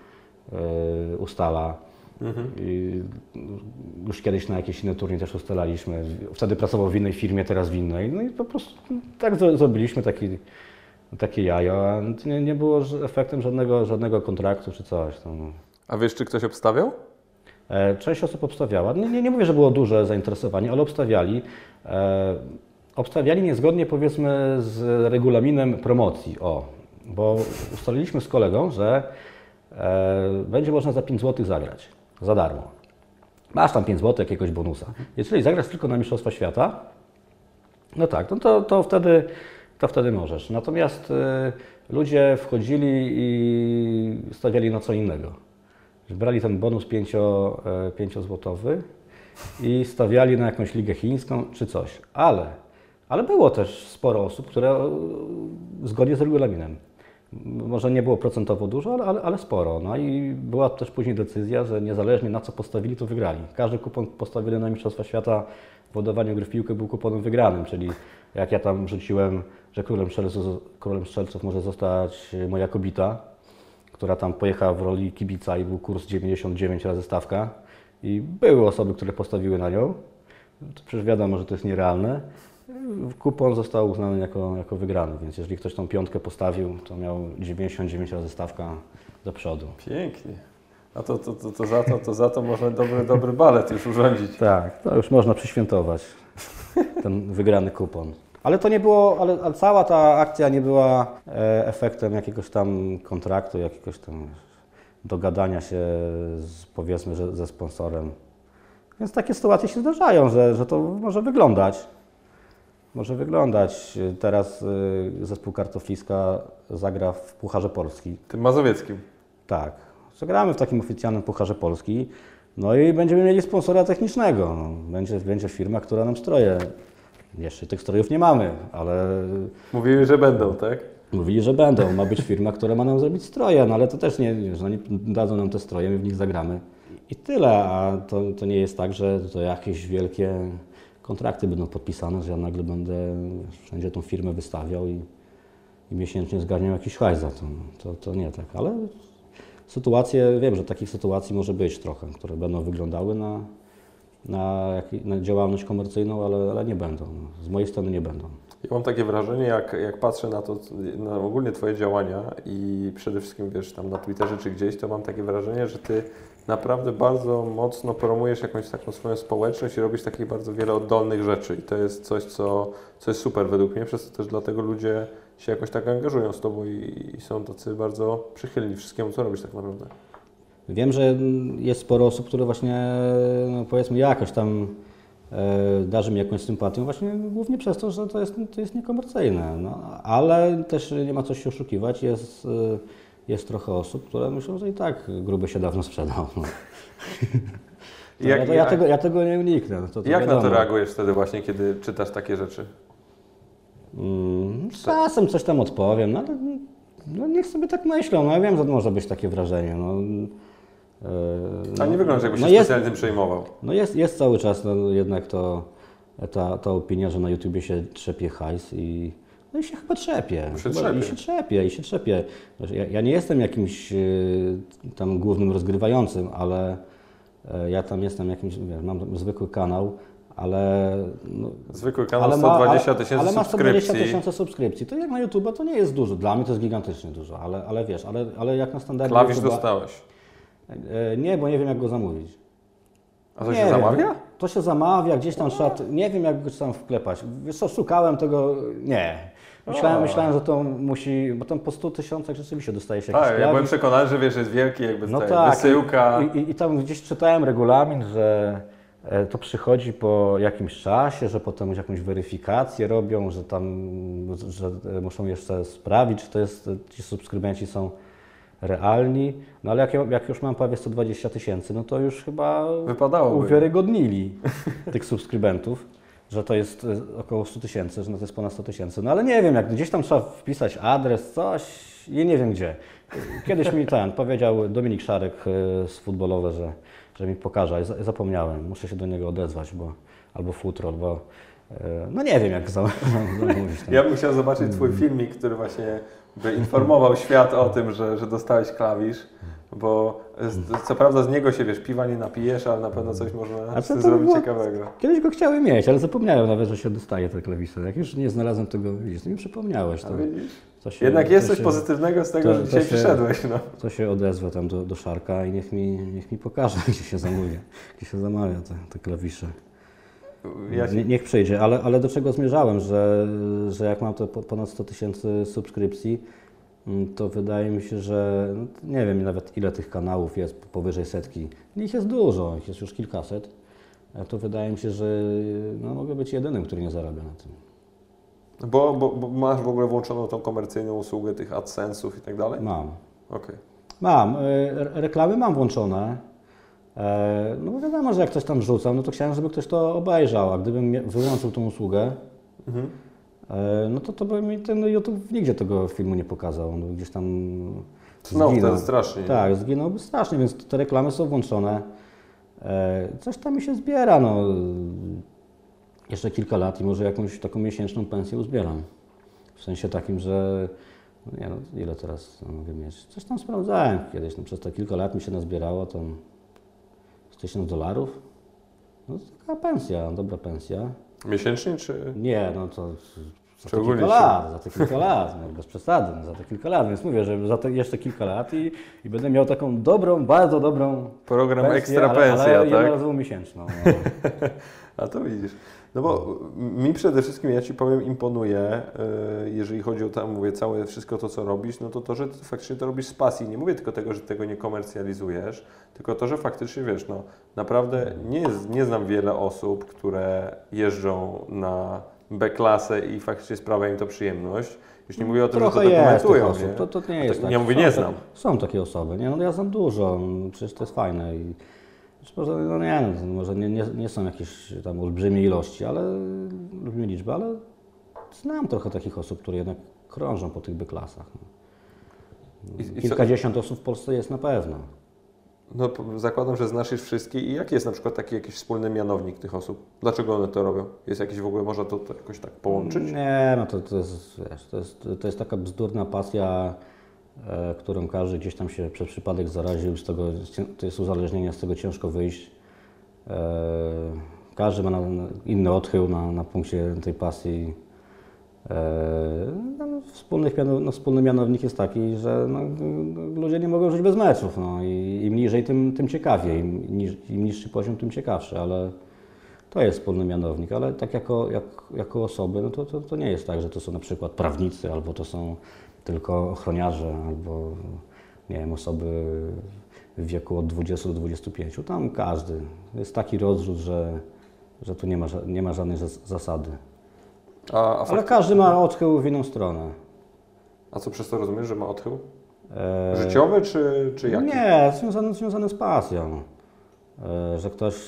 ustala. I już kiedyś na jakiś inny turniej też ustalaliśmy. Wtedy pracował w innej firmie, teraz w innej. No i po prostu tak zrobiliśmy takie jajo, a nie było efektem żadnego kontraktu czy coś. A wiesz, czy ktoś obstawiał? Część osób obstawiała. Nie mówię, że było duże zainteresowanie, ale obstawiali. Obstawiali niezgodnie, powiedzmy, z regulaminem promocji. Bo ustaliliśmy z kolegą, że będzie można za 5 zł zagrać. Za darmo. Masz tam 5 zł jakiegoś bonusa. Jeżeli zagrasz tylko na Mistrzostwa Świata, no tak, to wtedy możesz. Natomiast ludzie wchodzili i stawiali na co innego. Brali ten bonus 5-złotowy i stawiali na jakąś ligę chińską czy coś. Ale było też sporo osób, które zgodnie z regulaminem. Może nie było procentowo dużo, ale sporo. No i była też później decyzja, że niezależnie na co postawili, to wygrali. Każdy kupon postawiony na Mistrzostwa Świata w oddawaniu gry w piłkę był kuponem wygranym, czyli jak ja tam rzuciłem, że królem strzelców może zostać moja kobita, która tam pojechała w roli kibica i był kurs 99 razy stawka i były osoby, które postawiły na nią. To przecież wiadomo, że to jest nierealne. Kupon został uznany jako wygrany, więc jeżeli ktoś tą 5 postawił, to miał 99 razy stawka do przodu. Pięknie. A to za to można dobry balet już urządzić. Tak, to już można przyświętować ten wygrany kupon. Ale to nie było, ale cała ta akcja nie była efektem jakiegoś tam kontraktu, jakiegoś tam dogadania się powiedzmy, że ze sponsorem. Więc takie sytuacje się zdarzają, że to może wyglądać. Teraz zespół Kartofliska zagra w Pucharze Polski. Tym mazowieckim. Tak. Zagramy w takim oficjalnym Pucharze Polski. No i będziemy mieli sponsora technicznego. Będzie firma, która nam stroje. Jeszcze tych strojów nie mamy, ale... Mówili, że będą, tak? Mówili, że będą. Ma być firma, która ma nam zrobić stroje, no ale to też nie dadzą nam te stroje, my w nich zagramy. I tyle, a to nie jest tak, że to jakieś wielkie kontrakty będą podpisane, że ja nagle będę wszędzie tą firmę wystawiał i miesięcznie zgarniał jakiś hajs za to nie tak, ale sytuacje, wiem, że takich sytuacji może być trochę, które będą wyglądały na działalność komercyjną, ale nie będą. Z mojej strony nie będą. Ja mam takie wrażenie, jak patrzę na ogólnie Twoje działania i przede wszystkim, wiesz, tam na Twitterze czy gdzieś, to mam takie wrażenie, że Ty naprawdę bardzo mocno promujesz jakąś taką swoją społeczność i robisz takich bardzo wiele oddolnych rzeczy i to jest coś, co jest super według mnie, przez to też dlatego ludzie się jakoś tak angażują z Tobą i są tacy bardzo przychylni wszystkiemu, co robisz tak naprawdę. Wiem, że jest sporo osób, które właśnie, no powiedzmy, jakoś tam darzy mi jakąś sympatię, właśnie głównie przez to, że to jest niekomercyjne. No, ale też nie ma co się oszukiwać, jest trochę osób, które myślą, że i tak gruby się dawno sprzedał. No. Ja tego nie uniknę. To jak wiadomo. na to reagujesz wtedy właśnie, kiedy czytasz takie rzeczy? Czasem coś tam odpowiem, no ale no niech sobie tak myślą. No ja wiem, że może być takie wrażenie. No, a nie wygląda, jakbyś się specjalnie tym przejmował. No jest cały czas jednak ta opinia, że na YouTubie się trzepie hajs i się chyba trzepie. I się trzepie. Ja nie jestem jakimś tam głównym rozgrywającym, ale ja tam jestem jakimś, mam zwykły kanał, ale... No, zwykły kanał, 120 tysięcy subskrypcji. Ale ma 120 tysięcy subskrypcji. To jak na YouTube'a to nie jest dużo. Dla mnie to jest gigantycznie dużo, ale wiesz, ale jak na standardzie Klawisz YouTube'a, dostałeś? Nie, bo nie wiem jak go zamówić. A to się zamawia? To się zamawia, gdzieś tam trzeba, nie wiem jak go tam wklepać. Wiesz co, szukałem tego, nie. Myślałem, że to musi, bo tam po 100 tysiącach rzeczywiście dostaje się jakiś klawisz. Ja byłem przekonany, że wiesz, jest wielki jakby wysyłka. I tam gdzieś czytałem regulamin, że to przychodzi po jakimś czasie, że potem jakąś weryfikację robią, że tam że muszą jeszcze sprawdzić, czy to jest, ci subskrybenci są realni, no ale jak już mam prawie 120 tysięcy, no to już chyba uwiarygodnili tych subskrybentów, że to jest około 100 tysięcy, że to jest ponad 100 tysięcy. No ale nie wiem, jak gdzieś tam trzeba wpisać adres, coś i nie wiem gdzie. Kiedyś mi powiedział Dominik Szarek z Futbolowe, że mi pokaże, ale zapomniałem, muszę się do niego odezwać, albo Futrol, bo no nie wiem jak zamówić. Ja bym chciał zobaczyć Twój filmik, który właśnie by informował świat o tym, że dostałeś klawisz, bo co prawda z niego się, wiesz, piwa nie napijesz, ale na pewno coś można zrobić ciekawego. Kiedyś go chciałem mieć, ale zapomniałem nawet, że się dostaje te klawisze. Jak już nie znalazłem tego, widzisz, to mi przypomniałeś. To, jednak jest coś pozytywnego z tego, że dzisiaj przyszedłeś. No. To się odezwę tam do Szarka i niech mi pokaże, gdzie się zamawia te klawisze. Niech przyjdzie, ale do czego zmierzałem, że jak mam to ponad 100 tysięcy subskrypcji, to wydaje mi się, że no, nie wiem nawet ile tych kanałów jest, powyżej setki. Ich jest dużo, ich jest już kilkaset. To wydaje mi się, że no, mogę być jedynym, który nie zarabia na tym. Bo masz w ogóle włączoną tą komercyjną usługę tych AdSense'ów i tak dalej? Mam. Okay. Mam. Reklamy mam włączone. No bo wiadomo, że jak ktoś tam wrzucam, no to chciałem, żeby ktoś to obejrzał, a gdybym wyłączył tą usługę, no to by mi ten YouTube nigdzie tego filmu nie pokazał. No, gdzieś tam zginął. Wtedy strasznie. Tak, zginąłby strasznie, więc te reklamy są włączone. Coś tam mi się zbiera, no. Jeszcze kilka lat i może jakąś taką miesięczną pensję uzbieram. W sensie takim, że no nie no, ile teraz mogę mieć? Coś tam sprawdzałem kiedyś, no, przez te kilka lat mi się nazbierało tam $1000. No to taka pensja, dobra pensja. Miesięcznie czy? Nie, no to za te kilka lat, no, bez przesady, no, za te kilka lat, więc mówię, że za te jeszcze kilka lat i będę miał taką dobrą, bardzo dobrą program pensję, ekstra pensja, ale tak? jednorazową miesięczną. No. A to widzisz. No bo mi przede wszystkim, ja Ci powiem, imponuje, jeżeli chodzi o tam, mówię, całe wszystko to, co robisz, no to, że ty faktycznie to robisz z pasji. Nie mówię tylko tego, że tego nie komercjalizujesz, tylko to, że faktycznie, wiesz, no naprawdę nie znam wiele osób, które jeżdżą na B-klasę i faktycznie sprawia im to przyjemność. Już nie mówię o tym, trochę że to dokumentują. Jest tych osób. To nie jest tak. Ja mówię, nie znam. Są takie osoby, nie? No ja znam dużo, przecież to jest fajne. No nie, no, może nie są jakieś tam olbrzymie ilości, olbrzymie liczby, ale znam trochę takich osób, które jednak krążą po tych B-klasach. No. Kilkadziesiąt osób w Polsce jest na pewno. No zakładam, że znasz już wszystkie i jaki jest na przykład taki jakiś wspólny mianownik tych osób? Dlaczego one to robią? Jest jakiś w ogóle, można to jakoś tak połączyć? Nie, no to jest, wiesz, to jest taka bzdurna pasja, którą każdy gdzieś tam się przez przypadek zaraził, to jest uzależnienie, z tego ciężko wyjść. Każdy ma inny odchył na punkcie tej pasji. Wspólny mianownik jest taki, że ludzie nie mogą żyć bez meczów. No, i im niżej, tym ciekawiej. Im niższy poziom, tym ciekawszy, To jest wspólny mianownik, ale tak jako osoby, no to nie jest tak, że to są na przykład prawnicy, albo to są tylko ochroniarze, albo nie wiem, osoby w wieku od 20 do 25. Tam każdy. Jest taki rozrzut, że tu nie ma żadnej zasady. Ale każdy ma odchył w inną stronę. A co przez to rozumiesz, że ma odchył? Życiowy czy jaki? Nie, związany z pasją. Że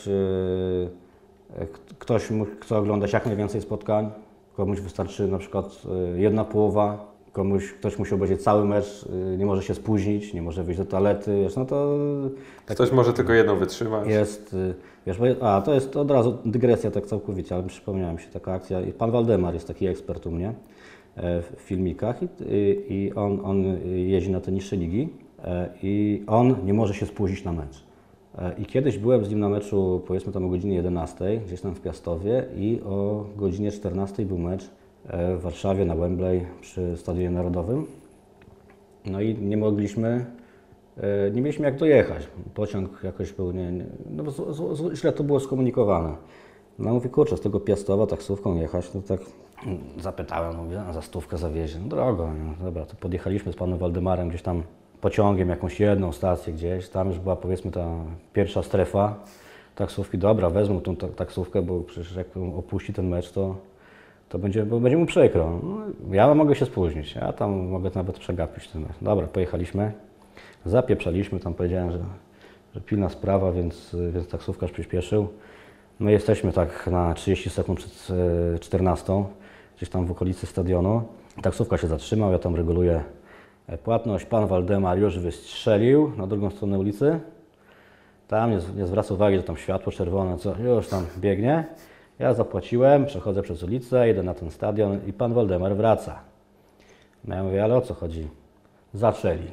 ktoś chce oglądać jak najwięcej spotkań, komuś wystarczy na przykład jedna połowa, ktoś musi obejrzeć cały mecz, nie może się spóźnić, nie może wyjść do toalety, wiesz, no to... Ktoś może tylko jedną wytrzymać. Jest, wiesz, to jest od razu dygresja tak całkowicie, ale przypomniała mi się taka akcja. Pan Waldemar jest taki ekspert u mnie w filmikach i on jeździ na te niższe ligi i on nie może się spóźnić na mecz. I kiedyś byłem z nim na meczu, powiedzmy tam o godzinie 11, gdzieś tam w Piastowie i o godzinie 14 był mecz w Warszawie na Wembley przy Stadionie Narodowym. No i nie mieliśmy jak dojechać. Pociąg jakoś był, źle to było skomunikowane. No mówię, kurczę, z tego Piastowa taksówką jechać, no tak zapytałem, mówię, a za stówkę zawiezie. No drogo, no dobra, to podjechaliśmy z panem Waldemarem gdzieś tam pociągiem, jakąś jedną stację gdzieś, tam już była powiedzmy ta pierwsza strefa taksówki. Dobra, wezmę tą taksówkę, bo przecież jak opuści ten mecz, to będzie mu przykro. No, ja mogę się spóźnić, ja tam mogę nawet przegapić ten mecz. Dobra, pojechaliśmy, zapieprzaliśmy, tam powiedziałem, że pilna sprawa, więc taksówkarz przyspieszył. My jesteśmy tak na 30 sekund przed 14, gdzieś tam w okolicy stadionu. Taksówka się zatrzymał, ja tam reguluję płatność. Pan Waldemar już wystrzelił na drugą stronę ulicy. Tam nie zwraca uwagi, że tam światło czerwone, co już tam biegnie. Ja zapłaciłem, przechodzę przez ulicę, idę na ten stadion i pan Waldemar wraca. No ja mówię, ale o co chodzi? Zaczęli.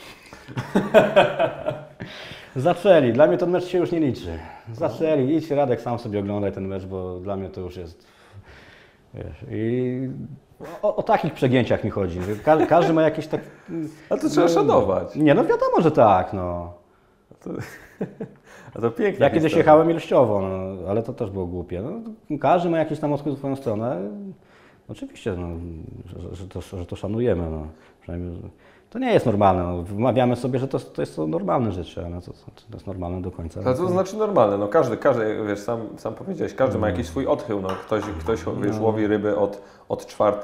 Zaczęli. Dla mnie ten mecz się już nie liczy. Zaczęli. Idź Radek, sam sobie oglądaj ten mecz, bo dla mnie to już jest... Wiesz, i o takich przegięciach mi chodzi. Każdy ma jakieś tak... A to trzeba szanować. Nie, no wiadomo, że tak, no. A to piękne. Ja kiedyś jechałem ilościowo, no, ale to też było głupie. No, każdy ma jakiś tam odkryt w swoją stronę. Oczywiście, no, że to szanujemy. No. Przynajmniej, to nie jest normalne. No. Wmawiamy sobie, że to jest normalne życie, ale to jest normalne do końca. Ale to znaczy normalne. No, każdy wiesz, sam powiedziałeś, każdy ma jakiś swój odchył. No. Ktoś wiesz, łowi ryby od 4,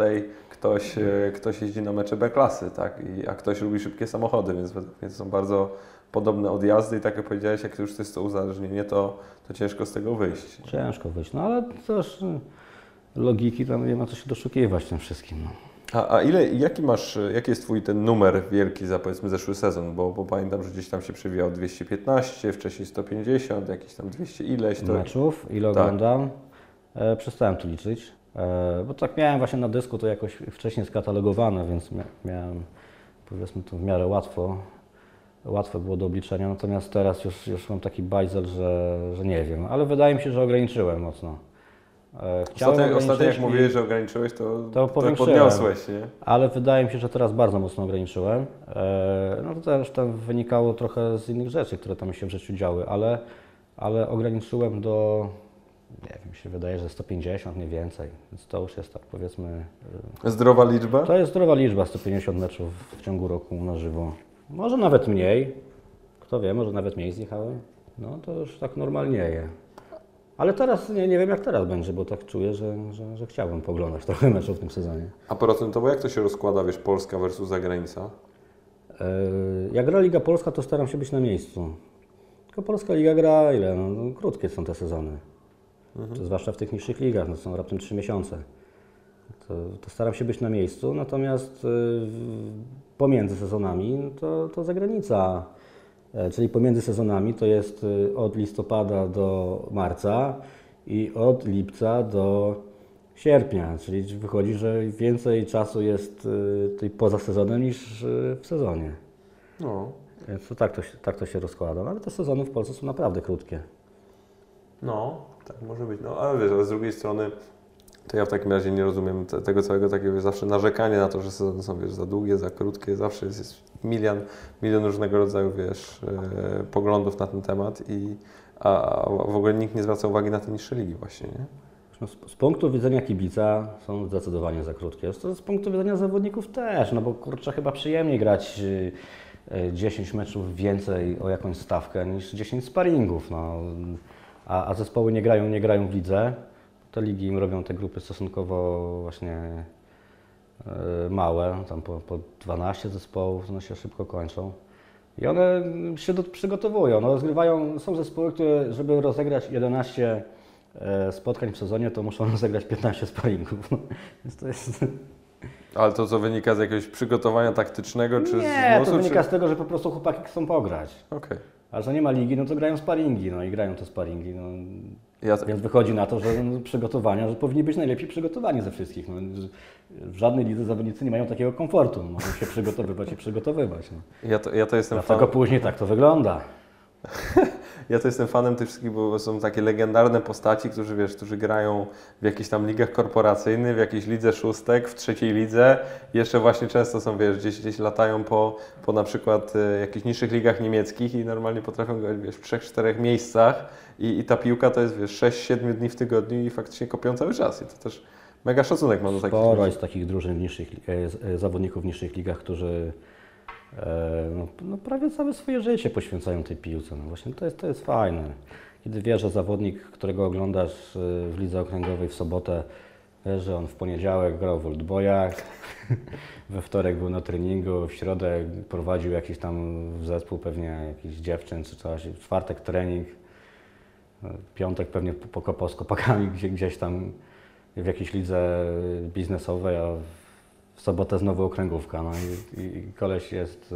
ktoś jeździ na mecze B-klasy, tak? A ktoś lubi szybkie samochody, więc są bardzo podobne odjazdy i tak jak powiedziałeś, jak już to jest to uzależnienie, to ciężko z tego wyjść. Ciężko wyjść, no ale też logiki tam nie ma co się doszukiwać tym wszystkim. No. A jaki jest Twój ten numer wielki za powiedzmy zeszły sezon? Bo pamiętam, że gdzieś tam się przewijał 215, wcześniej 150, jakieś tam 200 ileś. Meczów, ile oglądam? Przestałem tu liczyć, bo tak miałem właśnie na dysku to jakoś wcześniej skatalogowane, więc miałem powiedzmy to w miarę łatwe było do obliczenia, natomiast teraz już mam taki bajzel, że nie wiem, ale wydaje mi się, że ograniczyłem mocno. Ostatnio jak mówiłeś, że ograniczyłeś, to podniosłeś, nie? Ale wydaje mi się, że teraz bardzo mocno ograniczyłem. No to też tam wynikało trochę z innych rzeczy, które tam się w życiu działy, ale ograniczyłem do, nie wiem, się wydaje, że 150, nie więcej, więc to już jest tak powiedzmy... Zdrowa liczba? To jest zdrowa liczba, 150 meczów w ciągu roku na żywo. Może nawet mniej, kto wie, może nawet mniej zjechałem, no to już tak normalnieje. Ale teraz nie wiem jak teraz będzie, bo tak czuję, że chciałbym poglądać trochę meczów w tym sezonie. A procentowo jak to się rozkłada, wiesz, Polska versus zagranica? Jak gra Liga Polska, to staram się być na miejscu. Tylko Polska Liga gra ile? No, krótkie są te sezony. Zwłaszcza w tych niższych ligach, no, są raptem 3 miesiące. To staram się być na miejscu, natomiast pomiędzy sezonami to zagranica. Czyli pomiędzy sezonami to jest od listopada do marca i od lipca do sierpnia, czyli wychodzi, że więcej czasu jest poza sezonem niż w sezonie. No. Więc to tak to się rozkłada, ale te sezony w Polsce są naprawdę krótkie. No, tak może być. No, ale wiesz, ale z drugiej strony To ja w takim razie nie rozumiem tego całego takiego zawsze narzekania na to, że sezony są, wiesz, za długie, za krótkie. Zawsze jest milion różnego rodzaju, wiesz, poglądów na ten temat a w ogóle nikt nie zwraca uwagi na te niższe ligi właśnie, nie? No, z punktu widzenia kibica są zdecydowanie za krótkie. Z punktu widzenia zawodników też, no bo kurczę, chyba przyjemniej grać 10 meczów więcej o jakąś stawkę niż 10 sparingów. No. A zespoły nie grają w lidze. Te ligi im robią te grupy stosunkowo właśnie małe, tam po 12 zespołów, one się szybko kończą. I one się przygotowują, no, rozgrywają, są zespoły, które żeby rozegrać 11 spotkań w sezonie, to muszą rozegrać 15 sparingów. No, więc to jest... Ale to co wynika z jakiegoś przygotowania taktycznego, czy Nie, z głosu, to wynika czy... z tego, że po prostu chłopaki chcą pograć. Okej. A że nie ma ligi, no to grają sparingi, no i grają te sparingi. No. Ja, Więc wychodzi na to, że przygotowania, że powinni być najlepiej przygotowani ze wszystkich. No, w żadnej lidze zawodnicy nie mają takiego komfortu. Mogą się przygotowywać i przygotowywać. No. ja to jestem Dlatego później tak to wygląda. Ja to jestem fanem tych wszystkich, bo są takie legendarne postaci, którzy grają w jakichś tam ligach korporacyjnych, w jakiejś lidze szóstek, w trzeciej lidze. Jeszcze właśnie często są, gdzieś latają po na przykład jakichś niższych ligach niemieckich i normalnie potrafią grać, w 3-4 miejscach i ta piłka to jest, 6-7 dni w tygodniu i faktycznie kopią cały czas. I to też mega szacunek mam do takich Sporo ludzi. jest takich drużyn w niższych, zawodników w niższych ligach, którzy no, prawie całe swoje życie poświęcają tej piłce. No właśnie to jest fajne. Kiedy wiesz, że zawodnik, którego oglądasz w lidze okręgowej w sobotę, wiesz, że on w poniedziałek grał w Oldboyach, we wtorek był na treningu, w środę prowadził jakiś tam zespół, pewnie jakichś dziewczyn czy coś, w czwartek trening, w piątek pewnie pokopał z kopakami gdzieś tam w jakiejś lidze biznesowej, a w sobotę znowu okręgówka. No i koleś jest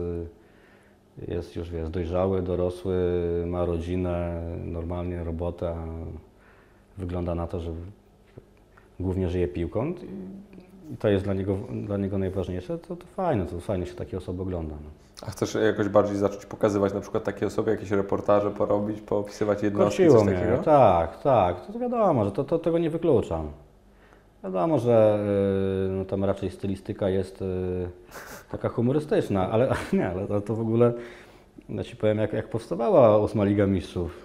już dojrzały, dorosły, ma rodzinę, normalnie robotę. Wygląda na to, że głównie żyje piłką i to jest dla niego najważniejsze. To fajnie się takie osoby ogląda. No. A chcesz jakoś bardziej zacząć pokazywać na przykład takie osoby, jakieś reportaże porobić, poopisywać jednostki, Korciło coś mnie, takiego? tak. To wiadomo, że tego nie wykluczam. Wiadomo, że no, tam raczej stylistyka jest taka humorystyczna, ale to w ogóle, ja Ci powiem, jak powstawała 8. Liga Mistrzów,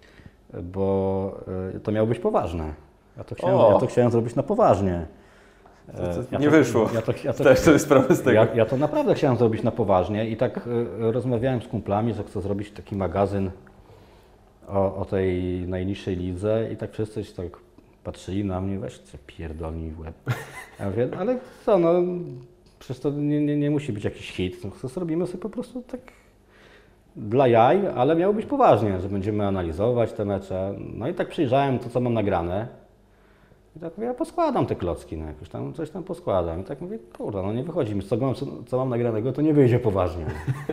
bo to miało być poważne. Ja to chciałem zrobić na poważnie. Nie wyszło. Zdajesz sobie sprawę z tego. Ja to naprawdę chciałem zrobić na poważnie i tak rozmawiałem z kumplami, że chcę zrobić taki magazyn o tej najniższej lidze i tak wszyscy się tak patrzyli na mnie, weź co pierdolni w łeb. Ja mówię, ale co, no przecież to nie musi być jakiś hit, no, zrobimy sobie po prostu tak dla jaj, ale miało być poważnie, że będziemy analizować te mecze. No i tak przyjrzałem to, co mam nagrane i tak mówię, ja poskładam te klocki, no jakoś tam, coś tam poskładam. I tak mówię, kurde, no nie wychodzi mi, co mam nagranego, to nie wyjdzie poważnie.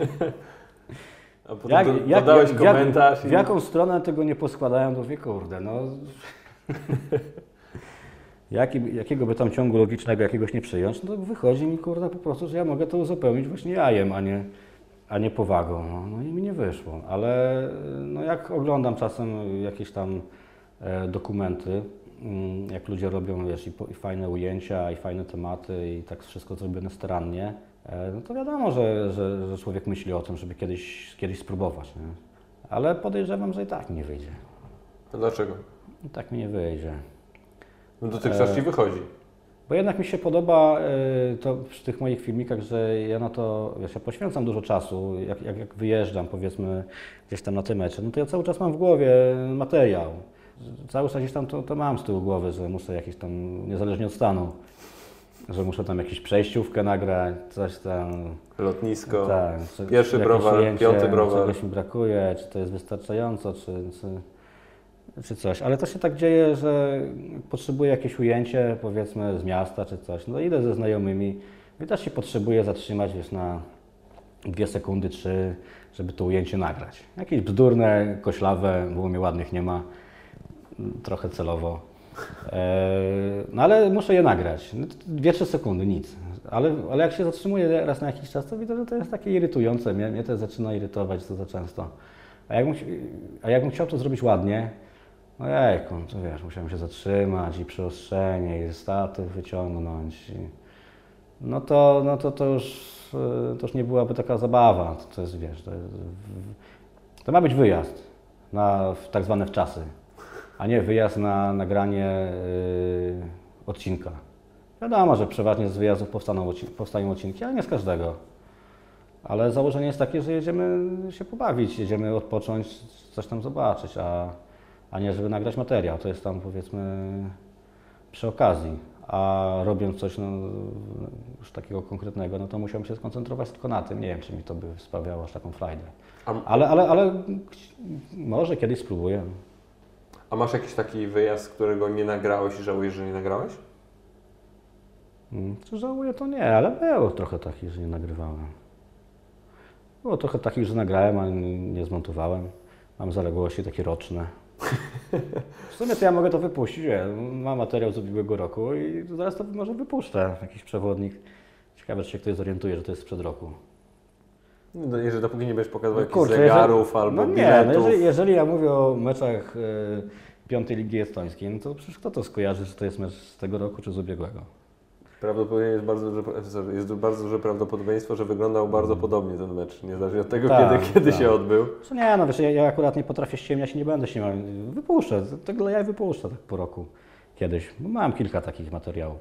A potem dodałeś komentarz. W jaką stronę tego nie poskładałem, to mówię, kurde, no... Jakiego by tam ciągu logicznego jakiegoś nie przyjąć, no to wychodzi mi, kurde, po prostu, że ja mogę to uzupełnić właśnie jajem, a nie powagą. No i mi nie wyszło, ale no jak oglądam czasem jakieś tam dokumenty, jak ludzie robią, wiesz, i fajne ujęcia, i fajne tematy, i tak wszystko zrobione starannie, no to wiadomo, że człowiek myśli o tym, żeby kiedyś spróbować, nie? Ale podejrzewam, że i tak mi nie wyjdzie. A dlaczego? I tak mi nie wyjdzie. No dotychczas Ci wychodzi. Bo jednak mi się podoba to przy tych moich filmikach, że ja na to, wiesz, ja poświęcam dużo czasu, jak wyjeżdżam, powiedzmy, gdzieś tam na te mecze, no to ja cały czas mam w głowie materiał. Cały czas gdzieś tam to mam z tyłu głowy, że muszę jakiś tam, niezależnie od stanu, że muszę tam jakąś przejściówkę nagrać, coś tam. Lotnisko, tak, pierwszy browar, ujęcie, 5. browar. Czegoś mi brakuje, czy to jest wystarczająco, czy coś. Ale to się tak dzieje, że potrzebuję jakieś ujęcie, powiedzmy, z miasta czy coś. No idę ze znajomymi i też się potrzebuję zatrzymać, wiesz, na 2 sekundy, 3, żeby to ujęcie nagrać. Jakieś bzdurne, koślawe, bo mnie ładnych nie ma, trochę celowo. No ale muszę je nagrać. 2-3 sekundy, nic. Ale jak się zatrzymuję raz na jakiś czas, to widzę, że to jest takie irytujące. Mnie to zaczyna irytować to za często. A jakbym chciał to zrobić ładnie, No jejku, to wiesz, musiałem się zatrzymać i przyostrzenie, i statyw wyciągnąć. To już nie byłaby taka zabawa. To jest, wiesz, to ma być wyjazd w tak zwane wczasy, a nie wyjazd na nagranie odcinka. Wiadomo, że przeważnie z wyjazdów powstają odcinki, ale nie z każdego. Ale założenie jest takie, że jedziemy się pobawić, jedziemy odpocząć, coś tam zobaczyć, a nie żeby nagrać materiał. To jest tam, powiedzmy, przy okazji. A robiąc coś już takiego konkretnego, no to musiałem się skoncentrować tylko na tym. Nie wiem, czy mi to by sprawiało aż taką frajdę. Ale może kiedyś spróbuję. A masz jakiś taki wyjazd, którego nie nagrałeś i żałujesz, że nie nagrałeś? Czy żałuję, to nie, ale było trochę takich, że nie nagrywałem. Było trochę takich, że nagrałem, a nie zmontowałem. Mam zaległości takie roczne. W sumie to ja mogę to wypuścić, mam materiał z ubiegłego roku i zaraz to może wypuszczę, jakiś przewodnik. Ciekawe, czy się ktoś zorientuje, że to jest sprzed roku. No, jeżeli dopóki nie będziesz pokazywał jakichś zegarów albo biletów. Jeżeli ja mówię o meczach piątej Ligi Estońskiej, no to przecież kto to skojarzy, czy to jest mecz z tego roku, czy z ubiegłego? Prawdopodobnie jest bardzo duże prawdopodobieństwo, że wyglądał bardzo podobnie ten mecz, niezależnie od tego, kiedy się odbył. Nie, no wiesz, ja akurat nie potrafię ściemniać i nie będę ściemniał. Wypuszczę, tego ja wypuszczę tak po roku kiedyś. Bo mam kilka takich materiałów.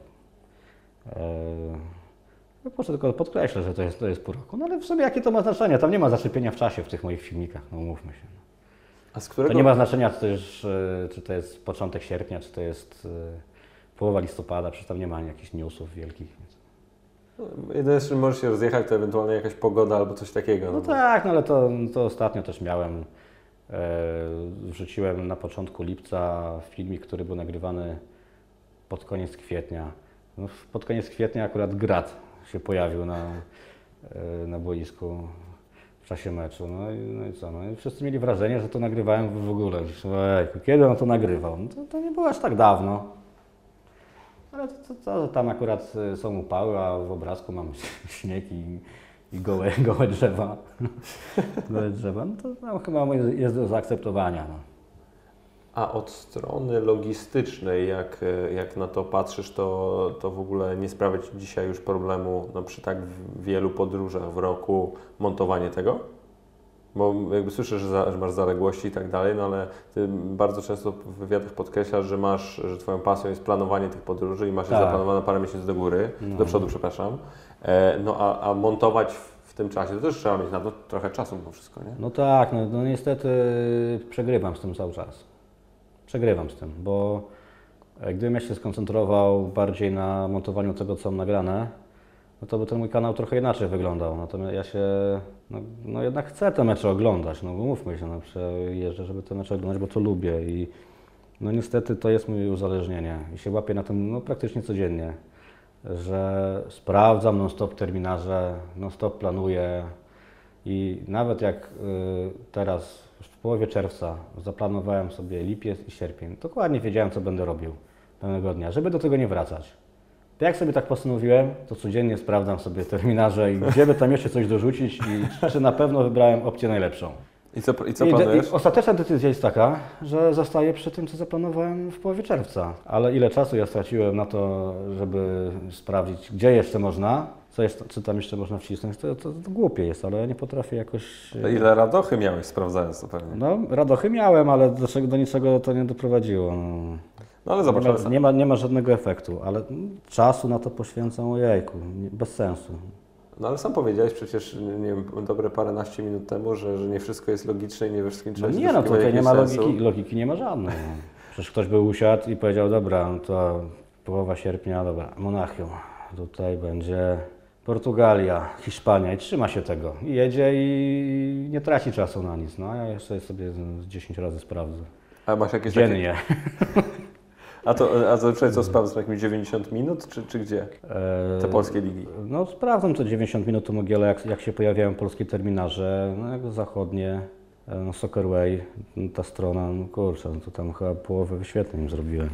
Wypuszczę, tylko podkreślę, że to jest pół roku. No ale w sumie jakie to ma znaczenie? Tam nie ma zaczepienia w czasie w tych moich filmikach, no umówmy się. A z którego... To nie ma znaczenia, czy to jest początek sierpnia, czy to jest połowa listopada, przecież tam nie ma jakichś newsów wielkich. Jedyne, z czym możesz się rozjechać, to ewentualnie jakaś pogoda albo coś takiego. No tak, no ale to ostatnio też miałem. Wrzuciłem na początku lipca filmik, który był nagrywany pod koniec kwietnia. No, pod koniec kwietnia akurat grad się pojawił na boisku w czasie meczu. No i co? No i wszyscy mieli wrażenie, że to nagrywałem w ogóle. Ojejku, kiedy on to nagrywał? No to nie było aż tak dawno. Ale to tam akurat są upały, a w obrazku mam śnieg i gołe drzewa. Gołe drzewa, no to tam chyba jest do zaakceptowania. No. A od strony logistycznej, jak na to patrzysz, to w ogóle nie sprawia Ci dzisiaj już problemu przy tak wielu podróżach w roku montowanie tego? Bo jakby słyszę, że masz zaległości i tak dalej, no ale Ty bardzo często w wywiadach podkreślasz, że Twoją pasją jest planowanie tych podróży i masz je zaplanowane parę miesięcy do przodu, przepraszam. A montować w tym czasie, to też trzeba mieć na to trochę czasu mimo wszystko, nie? No tak, no niestety przegrywam z tym cały czas. Przegrywam z tym, bo gdybym ja się skoncentrował bardziej na montowaniu tego, co mam nagrane, no to by ten mój kanał trochę inaczej wyglądał. Natomiast ja się, jednak chcę te mecze oglądać, no bo mówmy się, jeżdżę, żeby te mecze oglądać, bo to lubię i no niestety to jest moje uzależnienie i się łapię na tym praktycznie codziennie, że sprawdzam non-stop terminarze, non-stop planuję i nawet jak teraz w połowie czerwca zaplanowałem sobie lipiec i sierpień, dokładnie wiedziałem, co będę robił danego dnia, żeby do tego nie wracać. To jak sobie tak postanowiłem, to codziennie sprawdzam sobie terminarze i gdzie by tam jeszcze coś dorzucić i czy na pewno wybrałem opcję najlepszą. I co planujesz? I ostateczna decyzja jest taka, że zostaję przy tym, co zaplanowałem w połowie czerwca. Ale ile czasu ja straciłem na to, żeby sprawdzić, gdzie jeszcze można, czy tam jeszcze można wcisnąć, to głupie jest, ale ja nie potrafię jakoś... To ile radochy miałeś sprawdzając to pewnie? No, radochy miałem, ale do niczego to nie doprowadziło. No ale zobacz, nie ma żadnego efektu, ale czasu na to poświęcam, ojejku, bez sensu. No ale sam powiedziałeś przecież, nie wiem, dobre paręnaście minut temu, że nie wszystko jest logiczne i nie we wszystkim trzeba się no tutaj nie ma logiki nie ma żadnej. Przecież ktoś by usiadł i powiedział, dobra, no to połowa sierpnia, dobra, Monachium, tutaj będzie Portugalia, Hiszpania i trzyma się tego. I jedzie i nie traci czasu na nic. No ja jeszcze sobie 10 razy sprawdzę. A masz jakieś dziennie. A to zazwyczaj co sprawdzasz, jakieś 90 minut, czy gdzie? Te polskie ligi? No sprawdzam to 90 minut, to Mogiele, jak się pojawiają polskie terminarze, no jak zachodnie, Soccerway, ta strona, no kurczę, to tam chyba połowę wyświetleń zrobiłem.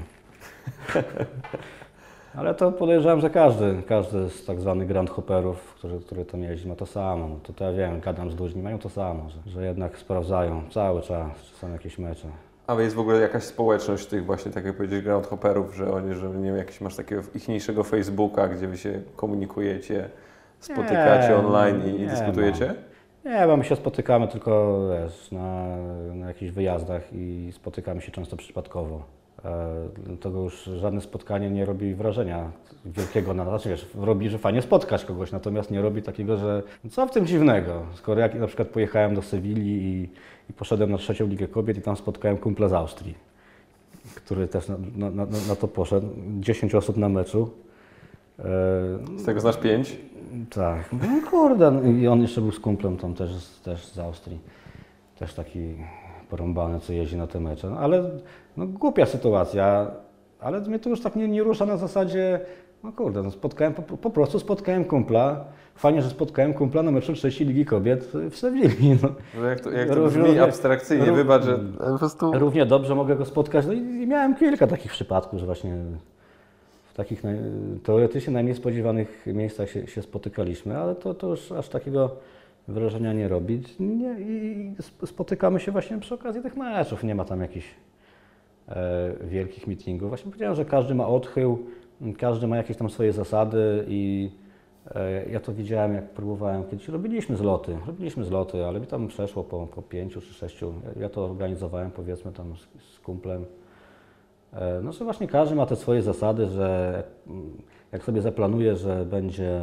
Ale to podejrzewam, że każdy z tak zwanych grand hopperów, który tam jeździ, ma to samo. No to ja wiem, gadam z ludźmi, mają to samo, że jednak sprawdzają cały czas, czy są jakieś mecze. A jest w ogóle jakaś społeczność tych właśnie, tak jak powiedziałeś, groundhopperów, że oni, że nie wiem, jakiś masz takiego ichniejszego Facebooka, gdzie wy się komunikujecie, spotykacie online i dyskutujecie? Nie, bo my się spotykamy tylko wiesz, na jakichś wyjazdach i spotykamy się często przypadkowo. Dlatego już żadne spotkanie nie robi wrażenia wielkiego na nas. Znaczy, wiesz, robi, że fajnie spotkać kogoś, natomiast nie robi takiego, że co w tym dziwnego. Skoro jak na przykład pojechałem do Sewilli i poszedłem na 3. Ligę Kobiet i tam spotkałem kumpla z Austrii, który też na to poszedł. 10 osób na meczu. Z tego znasz 5? Tak. No kurde, i on jeszcze był z kumplem tam też z Austrii. Też taki porąbany, co jeździ na te mecze. No, ale no, głupia sytuacja, ale mnie to już tak nie rusza na zasadzie, no kurde, no, po prostu spotkałem kumpla. Fajnie, że spotkałem kumpla na meczu 3. Ligi Kobiet w Sewilli. No. Jak to brzmi abstrakcyjnie, wybacz, że po prostu... Równie dobrze mogę go spotkać. No i miałem kilka takich przypadków, że właśnie w takich teoretycznie najmniej spodziewanych miejscach się spotykaliśmy, ale to już aż takiego wrażenia nie robi. I spotykamy się właśnie przy okazji tych meczów. Nie ma tam jakichś wielkich meetingów. Właśnie powiedziałem, że każdy ma odchył, każdy ma jakieś tam swoje zasady i ja to widziałem, jak próbowałem kiedyś. Robiliśmy zloty, ale mi tam przeszło po 5 czy 6. Ja to organizowałem, powiedzmy, tam z kumplem. No, że właśnie każdy ma te swoje zasady, że jak sobie zaplanuje, że będzie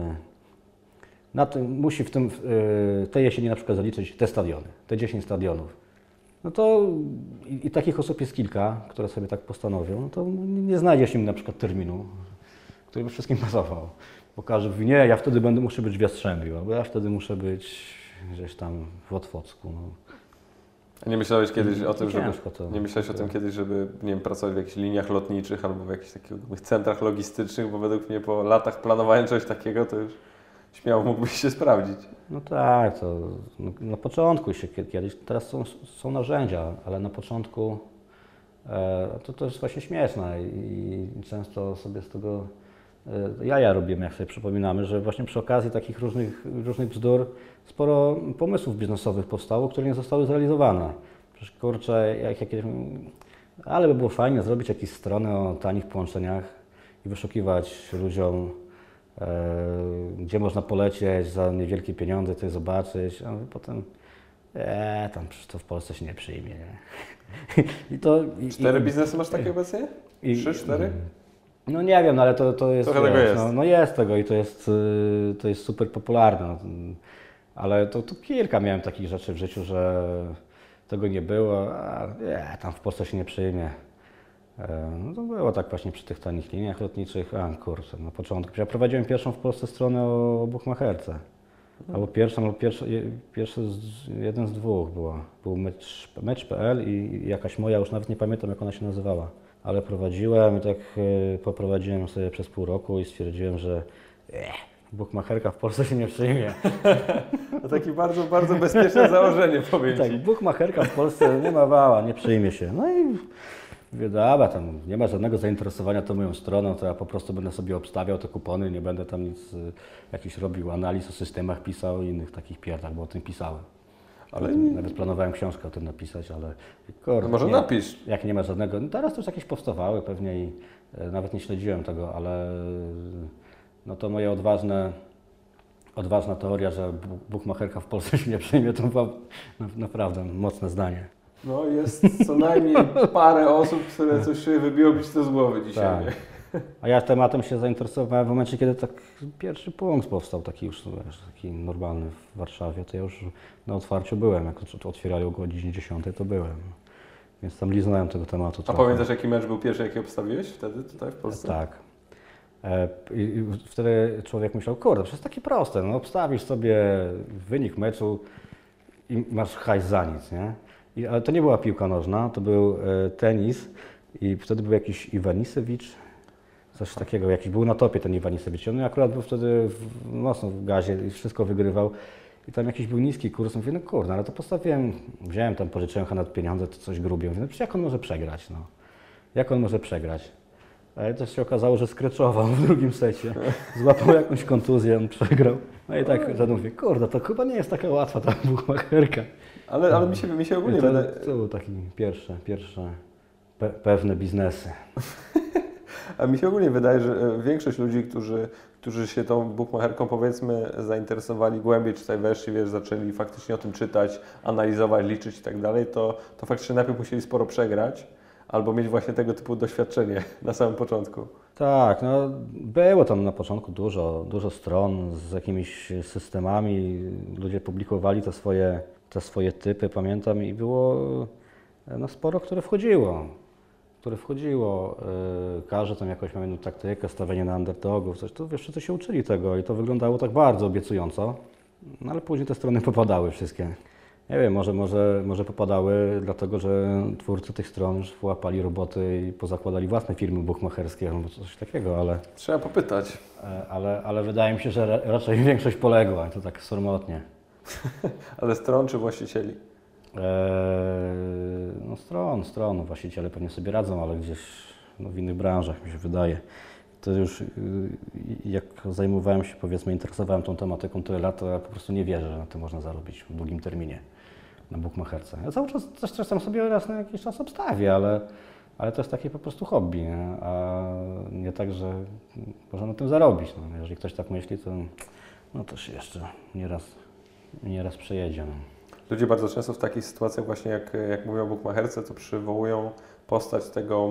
musi tej jesieni na przykład zaliczyć te stadiony, te 10 stadionów. No to i takich osób jest kilka, które sobie tak postanowią, no to nie znajdziesz im na przykład terminu, który by wszystkim pasował. Bo każdy mówi, nie, ja wtedy muszę być w Jastrzębiu, albo ja wtedy muszę być gdzieś tam w Otwocku. No. A nie myślałeś kiedyś o tym, żeby nie wiem, pracować w jakichś liniach lotniczych albo w jakichś takich centrach logistycznych, bo według mnie po latach planowania czegoś takiego to już śmiało mógłbyś się sprawdzić. No tak, to na początku się kiedyś, teraz są narzędzia, ale na początku to jest właśnie śmieszne i często sobie z tego jaja robimy, jak sobie przypominamy, że właśnie przy okazji takich różnych bzdur sporo pomysłów biznesowych powstało, które nie zostały zrealizowane. Przecież kurczę, ale by było fajnie zrobić jakieś strony o tanich połączeniach i wyszukiwać ludziom, gdzie można polecieć za niewielkie pieniądze, coś zobaczyć, a potem tam to w Polsce się nie przyjmie. Nie? 4 biznesy masz takie obecnie? 3, 4? No nie wiem, ale to jest... Trochę tego jest. No jest tego i to jest super popularne. Ale to kilka miałem takich rzeczy w życiu, że tego nie było, a tam w Polsce się nie przyjmie. No to było tak właśnie przy tych tanich liniach lotniczych. Kurczę, na początku. Ja prowadziłem pierwszą w Polsce stronę o Buchmacherce. Albo jeden z dwóch było. Był mecz.pl i jakaś moja, już nawet nie pamiętam, jak ona się nazywała. Ale prowadziłem i tak poprowadziłem sobie przez pół roku i stwierdziłem, że Buchmacherka w Polsce się nie przyjmie. To takie bardzo, bardzo bezpieczne założenie, powiem Tak, Ci. Buchmacherka w Polsce nie ma wała, nie przyjmie się. No i mówię, dobra, tam nie ma żadnego zainteresowania tą moją stroną, to ja po prostu będę sobie obstawiał te kupony, nie będę tam nic jakiś robił analiz o systemach, pisał i innych takich pierdach, bo o tym pisałem. Ale nawet planowałem książkę o tym napisać, ale kurde, może napisz. Jak nie ma żadnego, no teraz też jakieś powstawały pewnie i nawet nie śledziłem tego, ale no to moje odważna teoria, że Buchmacherka w Polsce się nie przyjmie, to była naprawdę mocne zdanie. No jest co najmniej parę osób, które coś się wybiłoby ci to z głowy dzisiaj. Tak. A ja tematem się zainteresowałem w momencie, kiedy tak pierwszy punkt powstał, taki już taki normalny w Warszawie, to ja już na otwarciu byłem, jak otwierali o godzinie 10, to byłem. Więc tam liznąłem tego tematu. A pamiętasz, jaki mecz był pierwszy, jaki obstawiłeś wtedy tutaj w Polsce? Tak. I wtedy człowiek myślał, kurde, to jest takie proste, no obstawisz sobie wynik meczu i masz hajs za nic, nie? Ale to nie była piłka nożna, to był tenis i wtedy był jakiś Iwanisewicz, coś takiego, jakiś był na topie ten Iwanisewicz. On akurat był wtedy mocno w gazie i wszystko wygrywał. I tam jakiś był niski kurs. Mówię, no kurde, ale to postawiłem, wziąłem tam, pożyczyłem chyba pieniądze, to coś grubię. Mówię, no przecież jak on może przegrać, no? Jak on może przegrać? Ale też się okazało, że skreczował w drugim secie. Złapał jakąś kontuzję, on przegrał. No i tak mówię, kurde, to chyba nie jest taka łatwa ta Buchmacherka. Ale mi się ogólnie wydaje... To był taki pierwsze pewne biznesy. A mi się ogólnie wydaje, że większość ludzi, którzy się tą bukmacherką powiedzmy zainteresowali głębiej, czy tutaj weszli, wiesz, zaczęli faktycznie o tym czytać, analizować, liczyć i tak dalej, to faktycznie najpierw musieli sporo przegrać albo mieć właśnie tego typu doświadczenie na samym początku. Tak, no było tam na początku dużo stron z jakimiś systemami, ludzie publikowali te swoje typy, pamiętam, i było no, sporo, które wchodziło. Każdy tam jakoś miał inną taktykę, stawianie na underdogów, coś, to wiesz, wszyscy się uczyli tego i to wyglądało tak bardzo obiecująco, no ale później te strony popadały wszystkie. Nie wiem, może popadały dlatego, że twórcy tych stron już wyłapali roboty i pozakładali własne firmy bukmacherskie albo coś takiego, ale... Trzeba popytać. Ale wydaje mi się, że raczej większość poległa, to tak sormotnie. Ale stron czy właścicieli? No stron, właściciele pewnie sobie radzą, ale gdzieś no, w innych branżach mi się wydaje. To już jak zajmowałem się, powiedzmy, interesowałem tą tematyką tyle lat, to ja po prostu nie wierzę, że na tym można zarobić w długim terminie na bukmacherce. Ja cały czas też czasem sobie raz na jakiś czas obstawię, ale to jest takie po prostu hobby, nie? A nie tak, że można na tym zarobić. No, jeżeli ktoś tak myśli, to no, to się jeszcze nieraz przejedzie. No. Ludzie bardzo często w takich sytuacjach właśnie jak mówią o bukmacherce, to przywołują postać tego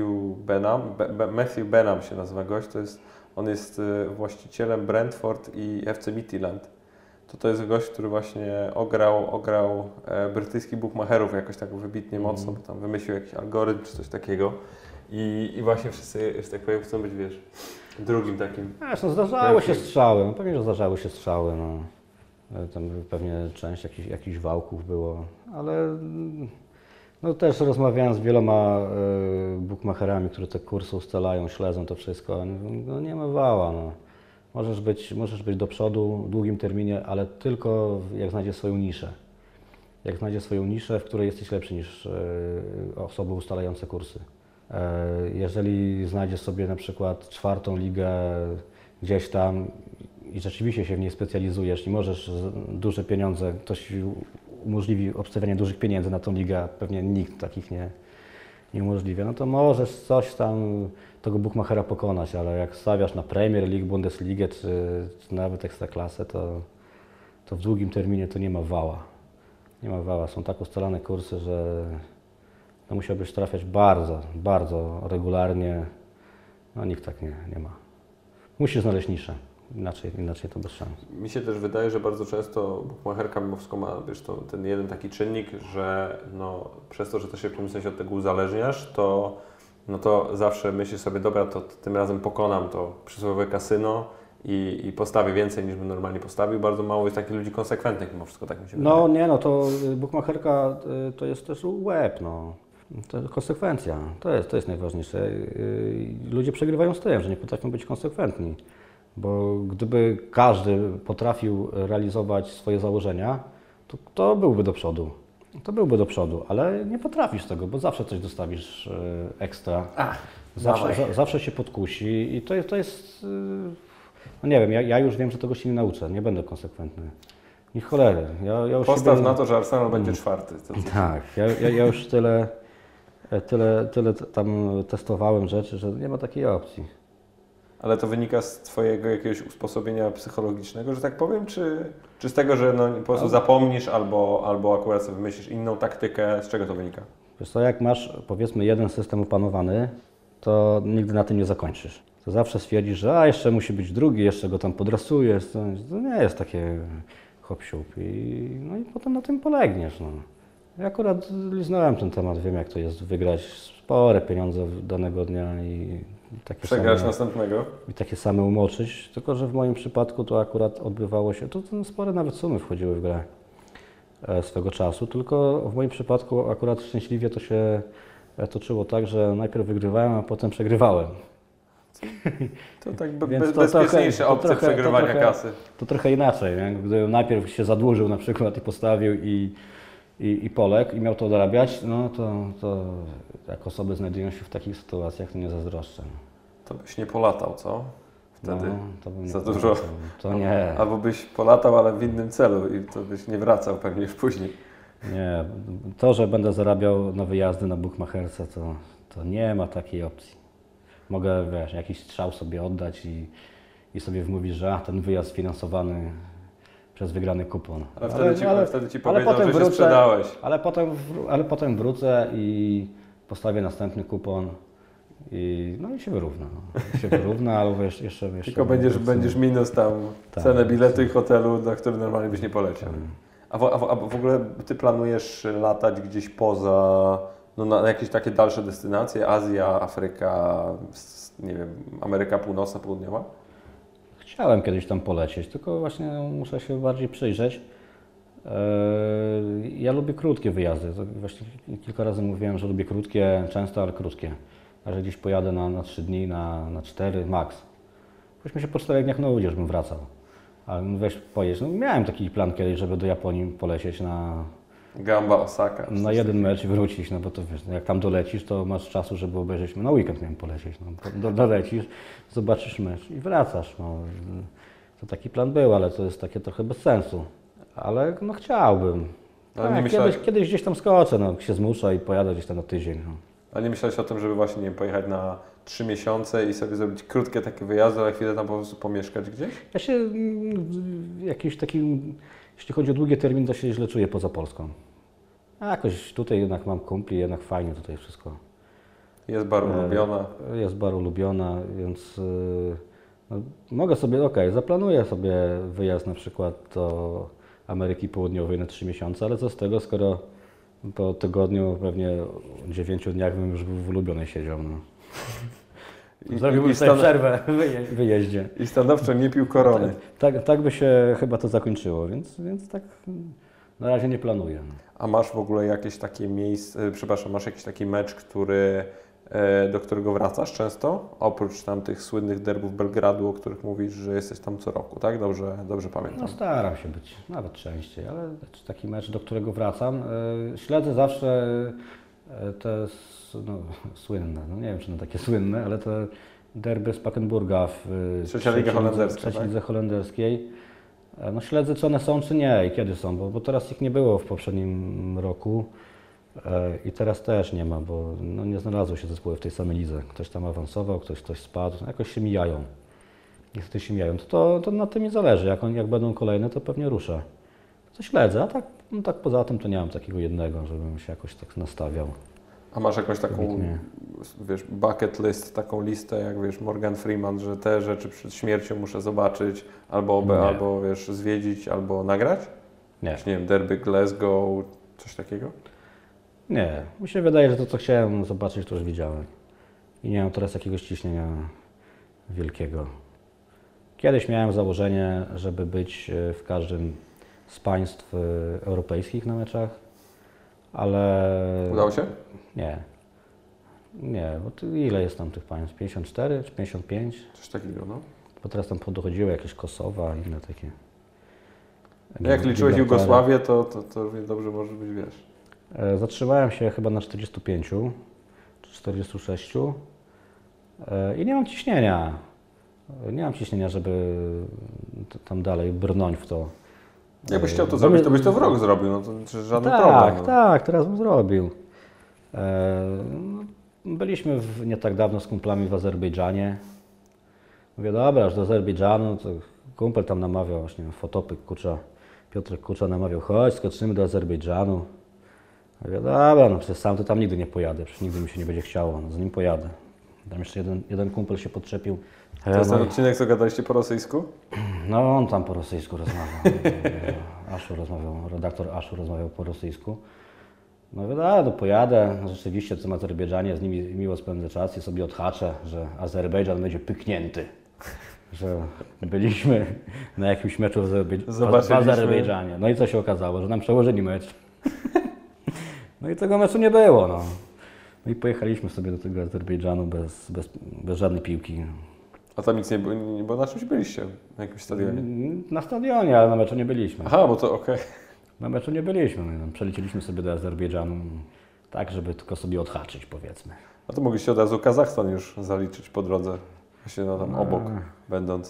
Matthew Benham się nazywa gość, on jest właścicielem Brentford i FC Midtjylland. To jest gość, który właśnie ograł brytyjskich bukmacherów jakoś tak wybitnie mocno, bo tam wymyślił jakiś algorytm czy coś takiego i właśnie wszyscy, że tak powiem, chcą być, wiesz, drugim takim. No, zdarzały się strzały, no pewnie, że zdarzały się strzały, no. Tam pewnie część jakichś wałków było, ale no też rozmawiałem z wieloma bukmacherami, którzy te kursy ustalają, śledzą to wszystko, no nie ma wała, no. Możesz być do przodu w długim terminie, ale tylko jak znajdziesz swoją niszę. Jak znajdziesz swoją niszę, w której jesteś lepszy niż osoby ustalające kursy. Jeżeli znajdziesz sobie na przykład 4. ligę gdzieś tam i rzeczywiście się w niej specjalizujesz i możesz duże pieniądze, ktoś umożliwi obstawianie dużych pieniędzy na tą ligę, a pewnie nikt takich nie umożliwia, no to możesz coś tam tego bukmachera pokonać, ale jak stawiasz na Premier League, Bundesligę czy nawet Ekstraklasę, to w długim terminie to nie ma wała. Nie ma wała. Są tak ustalane kursy, że no musiałbyś trafiać bardzo, bardzo regularnie. No nikt tak nie ma. Musisz znaleźć niszę. Inaczej to bez szans. Mi się też wydaje, że bardzo często bukmacherka mimo wszystko ma, wiesz, ten jeden taki czynnik, że no, przez to, że też się w pewnym sensie od tego uzależniasz, to zawsze myślisz sobie, dobra, to tym razem pokonam to przysłowiowe kasyno i postawię więcej niż bym normalnie postawił. Bardzo mało jest takich ludzi konsekwentnych mimo wszystko, tak mi się wydaje. No nie, no to bukmacherka to jest też łeb, no. To konsekwencja, to jest najważniejsze. Ludzie przegrywają z tym, że nie potrafią być konsekwentni. Bo gdyby każdy potrafił realizować swoje założenia, to byłby do przodu. To byłby do przodu, ale nie potrafisz tego, bo zawsze coś dostawisz ekstra. Zawsze się podkusi i to jest no nie wiem, ja już wiem, że tego się nie nauczę, nie będę konsekwentny. Ni cholery. Ja już postaw na to, że Arsenal będzie 4. Tak, ja już tyle tam testowałem rzeczy, że nie ma takiej opcji. Ale to wynika z Twojego jakiegoś usposobienia psychologicznego, że tak powiem, czy z tego, że no, po prostu zapomnisz albo akurat sobie wymyślisz inną taktykę? Z czego to wynika? Wiesz co, jak masz, powiedzmy, jeden system opanowany, to nigdy na tym nie zakończysz. To zawsze stwierdzisz, że jeszcze musi być drugi, jeszcze go tam podrasujesz. To nie jest takie hop-siup no i potem na tym polegniesz. No. Ja akurat liznąłem ten temat, wiem jak to jest wygrać spore pieniądze danego dnia i takie przegrać następnego. I takie same umoczyć, tylko że w moim przypadku to akurat odbywało się, to spore nawet sumy wchodziły w grę swego czasu, tylko w moim przypadku akurat szczęśliwie to się toczyło tak, że najpierw wygrywałem, a potem przegrywałem. To tak bezpieczniejsza opcja przegrywania kasy. To trochę inaczej, nie? Gdybym najpierw się zadłużył na przykład i postawił i poległ i miał to dorabiać, no to jak osoby znajdują się w takich sytuacjach, to nie zazdroszczę. To byś nie polatał, co? Wtedy no, to bym za dużo. To nie. Albo byś polatał, ale w innym celu i to byś nie wracał pewnie już później. Nie, to, że będę zarabiał na wyjazdy na bukmacherce, to nie ma takiej opcji. Mogę, wiesz, jakiś strzał sobie oddać i sobie wmówić, że ten wyjazd finansowany przez wygrany kupon. Ale wtedy ci powiedzą, że się sprzedałeś. Ale potem wrócę i postawię następny kupon i się wyrówna. Się wyrówna, albo jeszcze tylko będziesz minus tam cenę biletu i hotelu, na który normalnie byś nie poleciał. A w ogóle ty planujesz latać gdzieś poza, na jakieś takie dalsze destynacje? Azja, Afryka, nie wiem, Ameryka Północna, Południowa? Chciałem kiedyś tam polecieć, tylko właśnie muszę się bardziej przyjrzeć. Ja lubię krótkie wyjazdy. To właśnie kilka razy mówiłem, że lubię krótkie, często, ale krótkie. A że gdzieś pojadę na 3 dni, na 4 max. Byśmy się po 4 dniach nudził, żebym wracał. Ale weź pojedź. Miałem taki plan kiedyś, żeby do Japonii polecieć Gamba, Osaka. Na jeden mecz i wrócić, bo to wiesz, jak tam dolecisz, to masz czasu, żeby obejrzeć. Na weekend miałem polecieć. Dolecisz, zobaczysz mecz i wracasz. To taki plan był, ale to jest takie trochę bez sensu. Ale chciałbym. Ale kiedyś gdzieś tam skoczę, się zmuszę i pojadę gdzieś tam na tydzień. A nie myślałeś o tym, żeby właśnie, nie wiem, pojechać na 3 miesiące i sobie zrobić krótkie takie wyjazdy, a chwilę tam po prostu pomieszkać gdzieś? Ja się jakiś taki, jeśli chodzi o długie terminy, to się źle czuję poza Polską. A jakoś tutaj jednak mam kumpli, jednak fajnie tutaj wszystko. Jest bar ulubiona. Jest bar ulubiona, więc mogę sobie, zaplanuję sobie wyjazd na przykład do Ameryki Południowej na 3 miesiące, ale co z tego, skoro po tygodniu, pewnie 9 dniach bym już w ulubionej siedział. Zrobiłbym sobie przerwę w wyjeździe. I stanowczo nie pił korony. Tak by się chyba to zakończyło, więc tak na razie nie planuję. A masz w ogóle jakieś takie miejsce, masz jakiś taki mecz, do którego wracasz często? Oprócz tam tych słynnych derbów Belgradu, o których mówisz, że jesteś tam co roku, tak? Dobrze pamiętam. Staram się być, nawet częściej, ale taki mecz, do którego wracam. Śledzę zawsze te słynne, nie wiem czy one takie słynne, ale te derby z Spakenburga w Trzecia Liga Holenderska, lidze holenderskiej. Śledzę, czy one są, czy nie i kiedy są, bo teraz ich nie było w poprzednim roku i teraz też nie ma, bo nie znalazły się zespoły w tej samej lidze. Ktoś tam awansował, ktoś spadł, jakoś się mijają. Niestety się mijają. To na tym mi zależy, jak będą kolejne, to pewnie ruszę. To śledzę, a tak poza tym to nie mam takiego jednego, żebym się jakoś tak nastawiał. A masz jakąś taką, bucket list, taką listę, jak Morgan Freeman, że te rzeczy przed śmiercią muszę zobaczyć, albo zwiedzić, albo nagrać? Nie. Nie wiem, derby Glasgow, coś takiego? Nie. Mi się wydaje, że to, co chciałem zobaczyć, to już widziałem. I nie mam teraz jakiegoś ciśnienia wielkiego. Kiedyś miałem założenie, żeby być w każdym z państw europejskich na meczach, ale... Udało się? Nie. Nie, bo ile jest tam tych państw? 54 czy 55? Coś takiego, Bo teraz tam dochodziły jakieś Kosowa i inne takie. Jak liczyłeś Jugosławię, to dobrze może być, Zatrzymałem się chyba na 45 czy 46 i nie mam ciśnienia. Nie mam ciśnienia, żeby tam dalej brnąć w to. Jakbyś chciał to zrobić, to byś to w rok zrobił, to żaden problem. Tak, teraz bym zrobił. Byliśmy nie tak dawno z kumplami w Azerbejdżanie. Mówię, dobra, aż do Azerbejdżanu, to kumpel tam namawiał, właśnie fotopyk Piotrek Kucza namawiał, chodź, skoczymy do Azerbejdżanu. Mówię, dobra, przecież sam to tam nigdy nie pojadę, przecież nigdy mi się nie będzie chciało, z nim pojadę. Tam jeszcze jeden kumpel się podczepił. To jest ten odcinek, co gadaliście po rosyjsku? On tam po rosyjsku rozmawiał. Redaktor Aszu rozmawiał po rosyjsku. Mówię, pojadę. Rzeczywiście w tym Azerbejdżanie z nimi miło spędzę czas i sobie odhaczę, że Azerbejdżan będzie pyknięty. Że byliśmy na jakimś meczu w Azerbejdżanie. No i co się okazało, że nam przełożyli mecz. No i tego meczu nie było. No i pojechaliśmy sobie do tego Azerbejdżanu bez żadnej piłki. A tam nic nie było, bo na czymś byliście? Na jakimś stadionie? Na stadionie, ale na meczu nie byliśmy. Aha, bo to okej. Na meczu nie byliśmy. Przelecieliśmy sobie do Azerbejdżanu tak, żeby tylko sobie odhaczyć, powiedzmy. A to mogliście od razu Kazachstan już zaliczyć po drodze, właśnie tam obok będąc.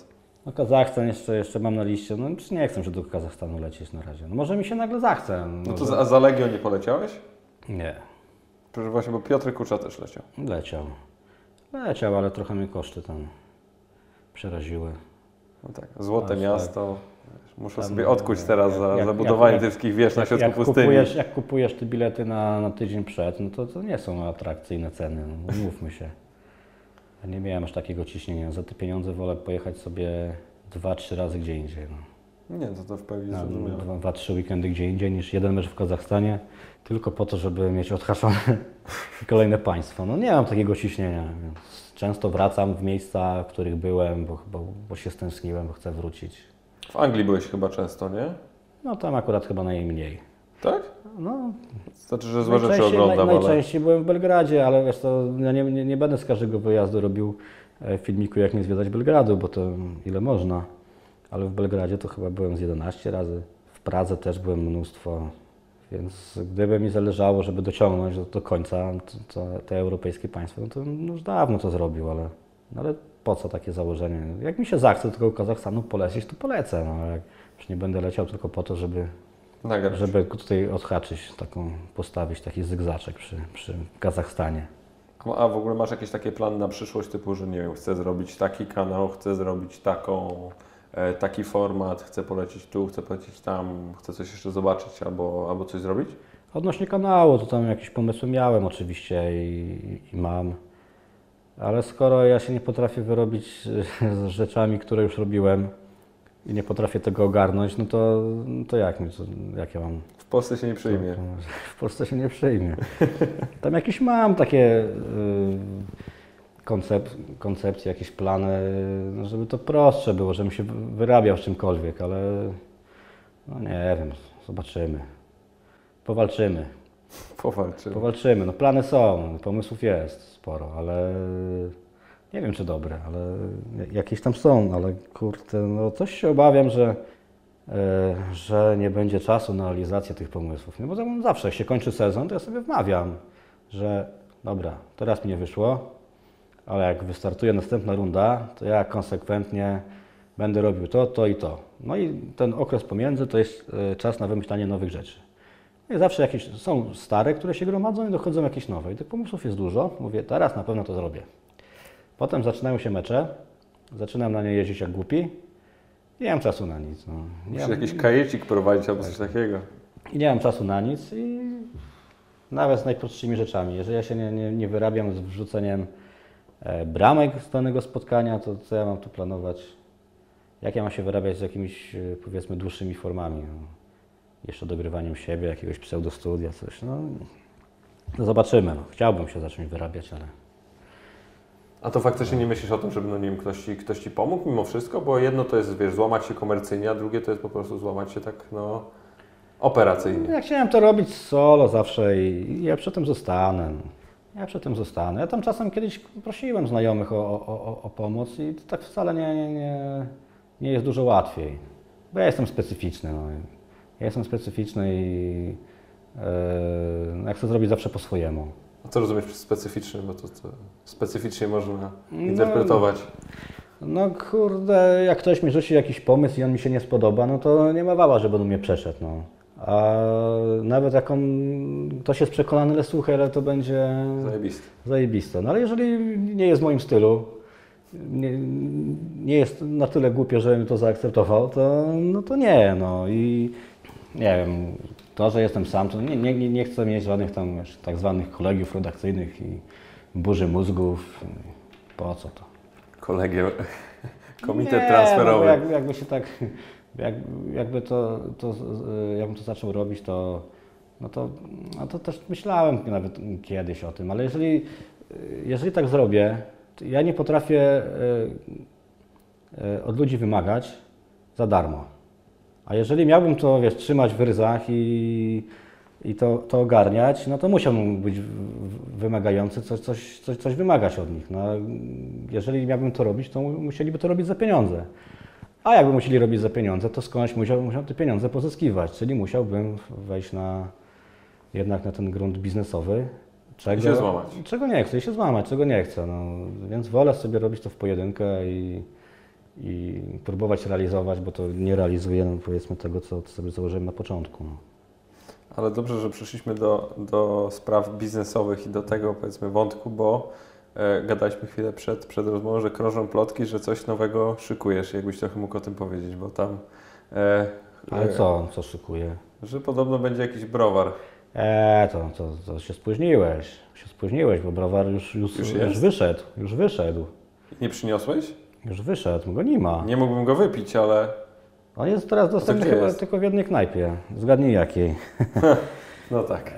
No Kazachstan jeszcze mam na liście, no czy nie chcę, żeby do Kazachstanu lecieć na razie. No może mi się nagle zachce. No to a za Legią nie poleciałeś? Nie, Proszę właśnie, bo Piotr Kucza też leciał. leciał, ale trochę mnie koszty tam przeraziły. No tak, złote Aż miasto. Muszę Tam, sobie odkuć teraz jak- za budowanie jak- tych wszystkich wież na środku Jak pustyni. jak kupujesz te bilety na tydzień przed, no to nie są atrakcyjne ceny, no, umówmy się. Ja nie miałem aż takiego ciśnienia. Za te pieniądze wolę pojechać sobie 2-3 razy gdzie indziej. No. Nie, to w pełni Na zrozumiałe. 2-3 weekendy gdzie indziej niż jeden mecz w Kazachstanie, tylko po to, żeby mieć odhaczone kolejne państwa. No nie mam takiego ciśnienia, więc często wracam w miejsca, w których byłem, bo się stęskniłem, bo chcę wrócić. W Anglii byłeś chyba często, nie? No tam akurat chyba najmniej. Tak? No, Znaczy, że złe rzeczy oglądam, ale... najczęściej byłem w Belgradzie, ale wiesz to, ja nie będę z każdego wyjazdu robił filmiku, jak nie zwiedzać Belgradu, bo to ile można. Ale w Belgradzie to chyba byłem z 11 razy. W Pradze też byłem mnóstwo. Więc gdyby mi zależało, żeby dociągnąć do końca te europejskie państwa, no to już dawno to zrobił, ale po co takie założenie? Jak mi się zachce do tego Kazachstanu polecieć, to polecę. No, jak już nie będę leciał tylko po to, Nagrać. żeby tutaj odhaczyć, postawić taki zygzaczek przy Kazachstanie. A w ogóle masz jakieś takie plany na przyszłość, typu, że nie wiem, chcę zrobić taki kanał, chcę zrobić taki format, chcę polecieć tu, chcę polecieć tam, chcę coś jeszcze zobaczyć albo coś zrobić? Odnośnie kanału, to tam jakieś pomysły miałem oczywiście i mam, ale skoro ja się nie potrafię wyrobić z rzeczami, które już robiłem i nie potrafię tego ogarnąć, no to jak ja mam? W Polsce się nie przyjmie. W Polsce się nie przyjmie. Tam jakieś mam takie koncepcje, jakieś plany, żeby to prostsze było, żebym się wyrabiał w czymkolwiek, ale no nie wiem, zobaczymy. Powalczymy. Powalczymy. No plany są, pomysłów jest sporo, ale nie wiem czy dobre, ale jakieś tam są, ale kurde, no coś się obawiam, że nie będzie czasu na realizację tych pomysłów. No bo zawsze jak się kończy sezon, to ja sobie wmawiam, że dobra, teraz mi nie wyszło, ale jak wystartuje następna runda, to ja konsekwentnie będę robił to i to. No i ten okres pomiędzy to jest czas na wymyślanie nowych rzeczy. No i zawsze jakieś są stare, które się gromadzą i dochodzą jakieś nowe. I tych pomysłów jest dużo. Mówię, teraz na pewno to zrobię. Potem zaczynają się mecze, zaczynam na nie jeździć jak głupi. Nie mam czasu na nic. No. Musisz jakiś kajecik prowadzić albo coś takiego. I nie mam czasu na nic i nawet z najprostszymi rzeczami. Jeżeli ja się nie wyrabiam z wrzuceniem bramek z danego spotkania, to co ja mam tu planować? Jak ja mam się wyrabiać z jakimiś, powiedzmy, dłuższymi formami? No. Jeszcze dogrywaniem siebie, jakiegoś pseudostudia, coś. No zobaczymy. No. Chciałbym się zacząć wyrabiać, ale... A to faktycznie nie myślisz o tym, żeby, no nie wiem, ktoś Ci pomógł mimo wszystko? Bo jedno to jest, wiesz, złamać się komercyjnie, a drugie to jest po prostu złamać się tak, no, operacyjnie. Ja chciałem to robić solo zawsze i ja przy tym zostanę. Ja tam czasem kiedyś prosiłem znajomych o pomoc i to tak wcale nie jest dużo łatwiej. Bo ja jestem specyficzny. No. Ja jestem specyficzny i ja chcę zrobić zawsze po swojemu. A co rozumiesz przez specyficzny? Bo to specyficznie można interpretować. No kurde, jak ktoś mi rzuci jakiś pomysł i on mi się nie spodoba, no to nie ma wała, żeby on mnie przeszedł. No. A nawet jak ktoś jest przekonany, ale słuchaj, ale to będzie zajebiste. No ale jeżeli nie jest w moim stylu, nie jest na tyle głupio, żebym to zaakceptował, to nie. No i nie wiem, to, że jestem sam, to nie chcę mieć żadnych tam tak zwanych kolegiów redakcyjnych i burzy mózgów. Po co to? Komitet transferowy. No, jakby się tak, jakbym to zaczął robić, to też myślałem nawet kiedyś o tym, ale jeżeli tak zrobię, to ja nie potrafię od ludzi wymagać za darmo. A jeżeli miałbym to, wiesz, trzymać w ryzach i to ogarniać, no to musiałbym być wymagający, coś wymagać od nich. No, jeżeli miałbym to robić, to musieliby to robić za pieniądze. A jakby musieli robić za pieniądze, to skądś musiał te pieniądze pozyskiwać, czyli musiałbym wejść jednak na ten grunt biznesowy, czego nie chcę, i się złamać, czego nie chcę. No, więc wolę sobie robić to w pojedynkę i i próbować realizować, bo to nie realizuje, no, powiedzmy, tego, co sobie założyłem na początku. No. Ale dobrze, że przeszliśmy do spraw biznesowych i do tego, powiedzmy, wątku, bo gadaliśmy chwilę przed rozmową, że krążą plotki, że coś nowego szykujesz. Jakbyś trochę mógł o tym powiedzieć, bo tam... Ale co szykuję? Że podobno będzie jakiś browar. To się spóźniłeś, bo browar już wyszedł. Nie przyniosłeś? Już wyszedł, go nie ma. Nie mógłbym go wypić, ale... On jest teraz dostępny gdzie chyba jest? tylko w jednej knajpie. Zgadnij jakiej. No tak.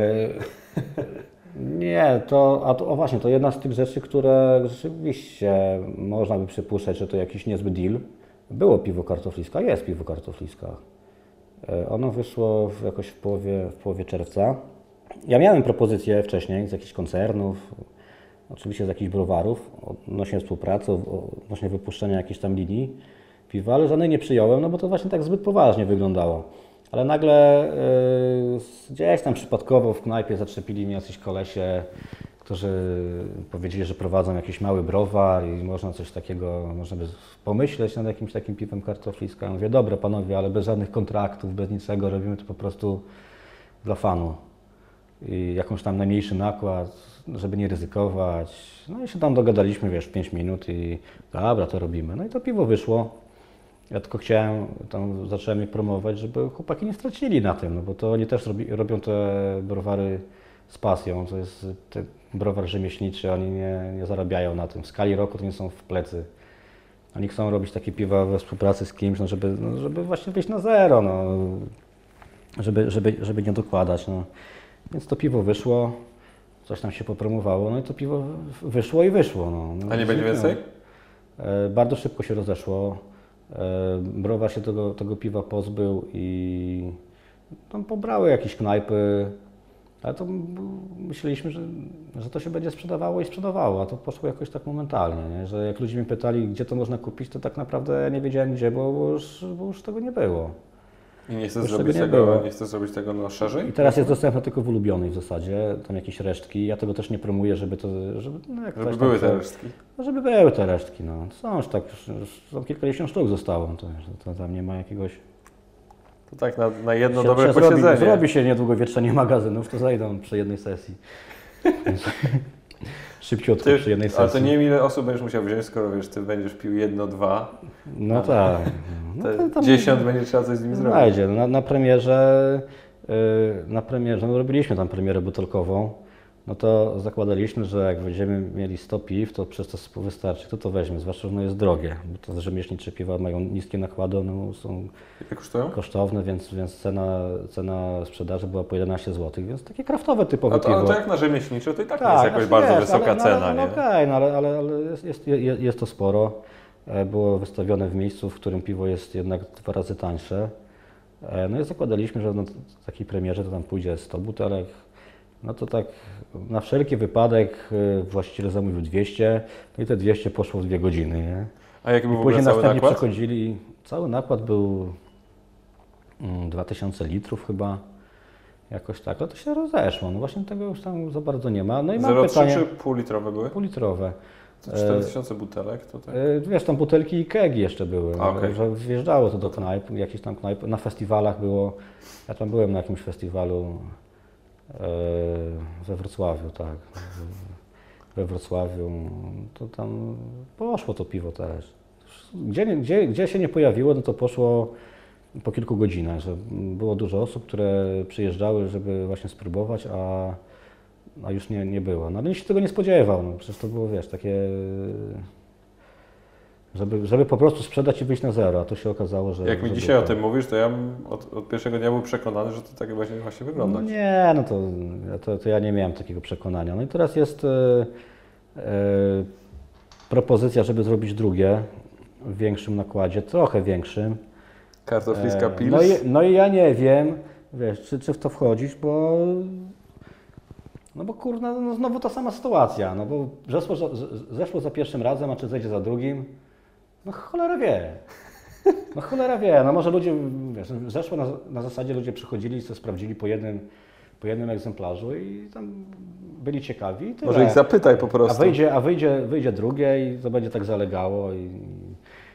Nie, właśnie, to jedna z tych rzeczy, które rzeczywiście można by przypuszczać, że to jakiś niezły deal. Było piwo kartofliska, jest piwo kartofliska. Ono wyszło jakoś w połowie czerwca. Ja miałem propozycje wcześniej z jakichś koncernów, oczywiście z jakichś browarów, odnośnie współpracy, odnośnie wypuszczenia jakiejś tam linii piwa, ale żadnej nie przyjąłem, no bo to właśnie tak zbyt poważnie wyglądało. Ale nagle gdzieś tam przypadkowo w knajpie zatrzepili mnie jacyś kolesie, którzy powiedzieli, że prowadzą jakiś mały browar i można coś takiego, można by pomyśleć nad jakimś takim piwem kartofliska. Ja mówię, dobra panowie, ale bez żadnych kontraktów, bez niczego, robimy to po prostu dla fanu. I jakąś tam najmniejszy nakład, żeby nie ryzykować. No i się tam dogadaliśmy, wiesz, w 5 minut i dobra, to robimy. No i to piwo wyszło. Ja tylko zacząłem je promować, żeby chłopaki nie stracili na tym, no bo to oni też robią te browary z pasją. To jest ten browar rzemieślniczy, oni nie zarabiają na tym. W skali roku to nie są w plecy. Oni chcą robić takie piwa we współpracy z kimś, no żeby właśnie wyjść na zero, no. Żeby nie dokładać. No. Więc to piwo wyszło, coś tam się popromowało, no i to piwo wyszło. No. A nie będzie więcej? Bardzo szybko się rozeszło. Browar się tego piwa pozbył i tam pobrały jakieś knajpy, ale to myśleliśmy, że to się będzie sprzedawało, a to poszło jakoś tak momentalnie, nie? Że jak ludzie mnie pytali, gdzie to można kupić, to tak naprawdę ja nie wiedziałem gdzie, bo już tego nie było. I nie chcesz zrobić tego no, szerzej? I teraz jest dostępne tylko w Ulubionej w zasadzie, tam jakieś resztki. Ja tego też nie promuję, żeby były te resztki. No, żeby były te resztki, no. Są już tak, już kilkadziesiąt sztuk zostało, to tam nie ma jakiegoś... To tak na jedno dobre posiedzenie. Zrobi się niedługo wietrzenie magazynów, to zajdą przy jednej sesji. Szybciutko przy jednej sesji. Ale to nie wiem, ile osób będziesz musiał wziąć, skoro wiesz, ty będziesz pił 1, 2. No tak. No 10 będzie trzeba coś z nim zrobić. Znajdzie. Na premierze, no robiliśmy tam premierę butelkową, no to zakładaliśmy, że jak będziemy mieli 100 piw, to przez to wystarczy. Kto to weźmie? Zwłaszcza, że ono jest drogie, bo to rzemieślnicze piwa mają niskie nakłady, one są kosztowne, więc cena sprzedaży była po 11 zł, więc takie kraftowe typowe piwo. Ale to jak na rzemieślnicze, to i tak nie jest jakoś bardzo wysoka cena, nie? Okej, ale jest to sporo. Było wystawione w miejscu, w którym piwo jest jednak 2 razy tańsze. No i zakładaliśmy, że na takiej premierze to tam pójdzie 100 butelek. No to tak na wszelki wypadek właściciel zamówił 200, no i te 200 poszło w 2 godziny, nie? A jaki był w ogóle cały nakład? Przechodzili, cały nakład był 2000 litrów chyba, jakoś tak, ale to się rozeszło, no właśnie tego już tam za bardzo nie ma. No i mam 0,3 pytanie, czy półlitrowe były? Półlitrowe. 4000 butelek to tak? Wiesz, tam butelki i kegi jeszcze były, Okay. że wjeżdżało to do knajp, jakieś tam knajpy, na festiwalach było, ja tam byłem na jakimś festiwalu we Wrocławiu, tak, we Wrocławiu, to tam poszło to piwo też. Gdzie się nie pojawiło, no to poszło po kilku godzinach, że było dużo osób, które przyjeżdżały, żeby właśnie spróbować, a już nie było. No ale nikt się tego nie spodziewał, no przecież to było, wiesz, takie, żeby po prostu sprzedać i wyjść na zero, a to się okazało, że... Jak mi dzisiaj o tym mówisz, to ja od pierwszego dnia był przekonany, że to tak właśnie wygląda. No nie, no to ja nie miałem takiego przekonania. No i teraz jest propozycja, żeby zrobić drugie w większym nakładzie, trochę większym. Kartofliska Pils. No i ja nie wiem, wiesz, czy w to wchodzić, bo... No bo kurna, no znowu ta sama sytuacja, no bo zeszło za pierwszym razem, a czy zejdzie za drugim? No cholera wie. No cholera wie, no może ludzie, wiesz, zeszło na zasadzie, ludzie przychodzili i sobie sprawdzili po jednym egzemplarzu i tam byli ciekawi i tyle. Może ich zapytaj po prostu. A wyjdzie drugie i to będzie tak zalegało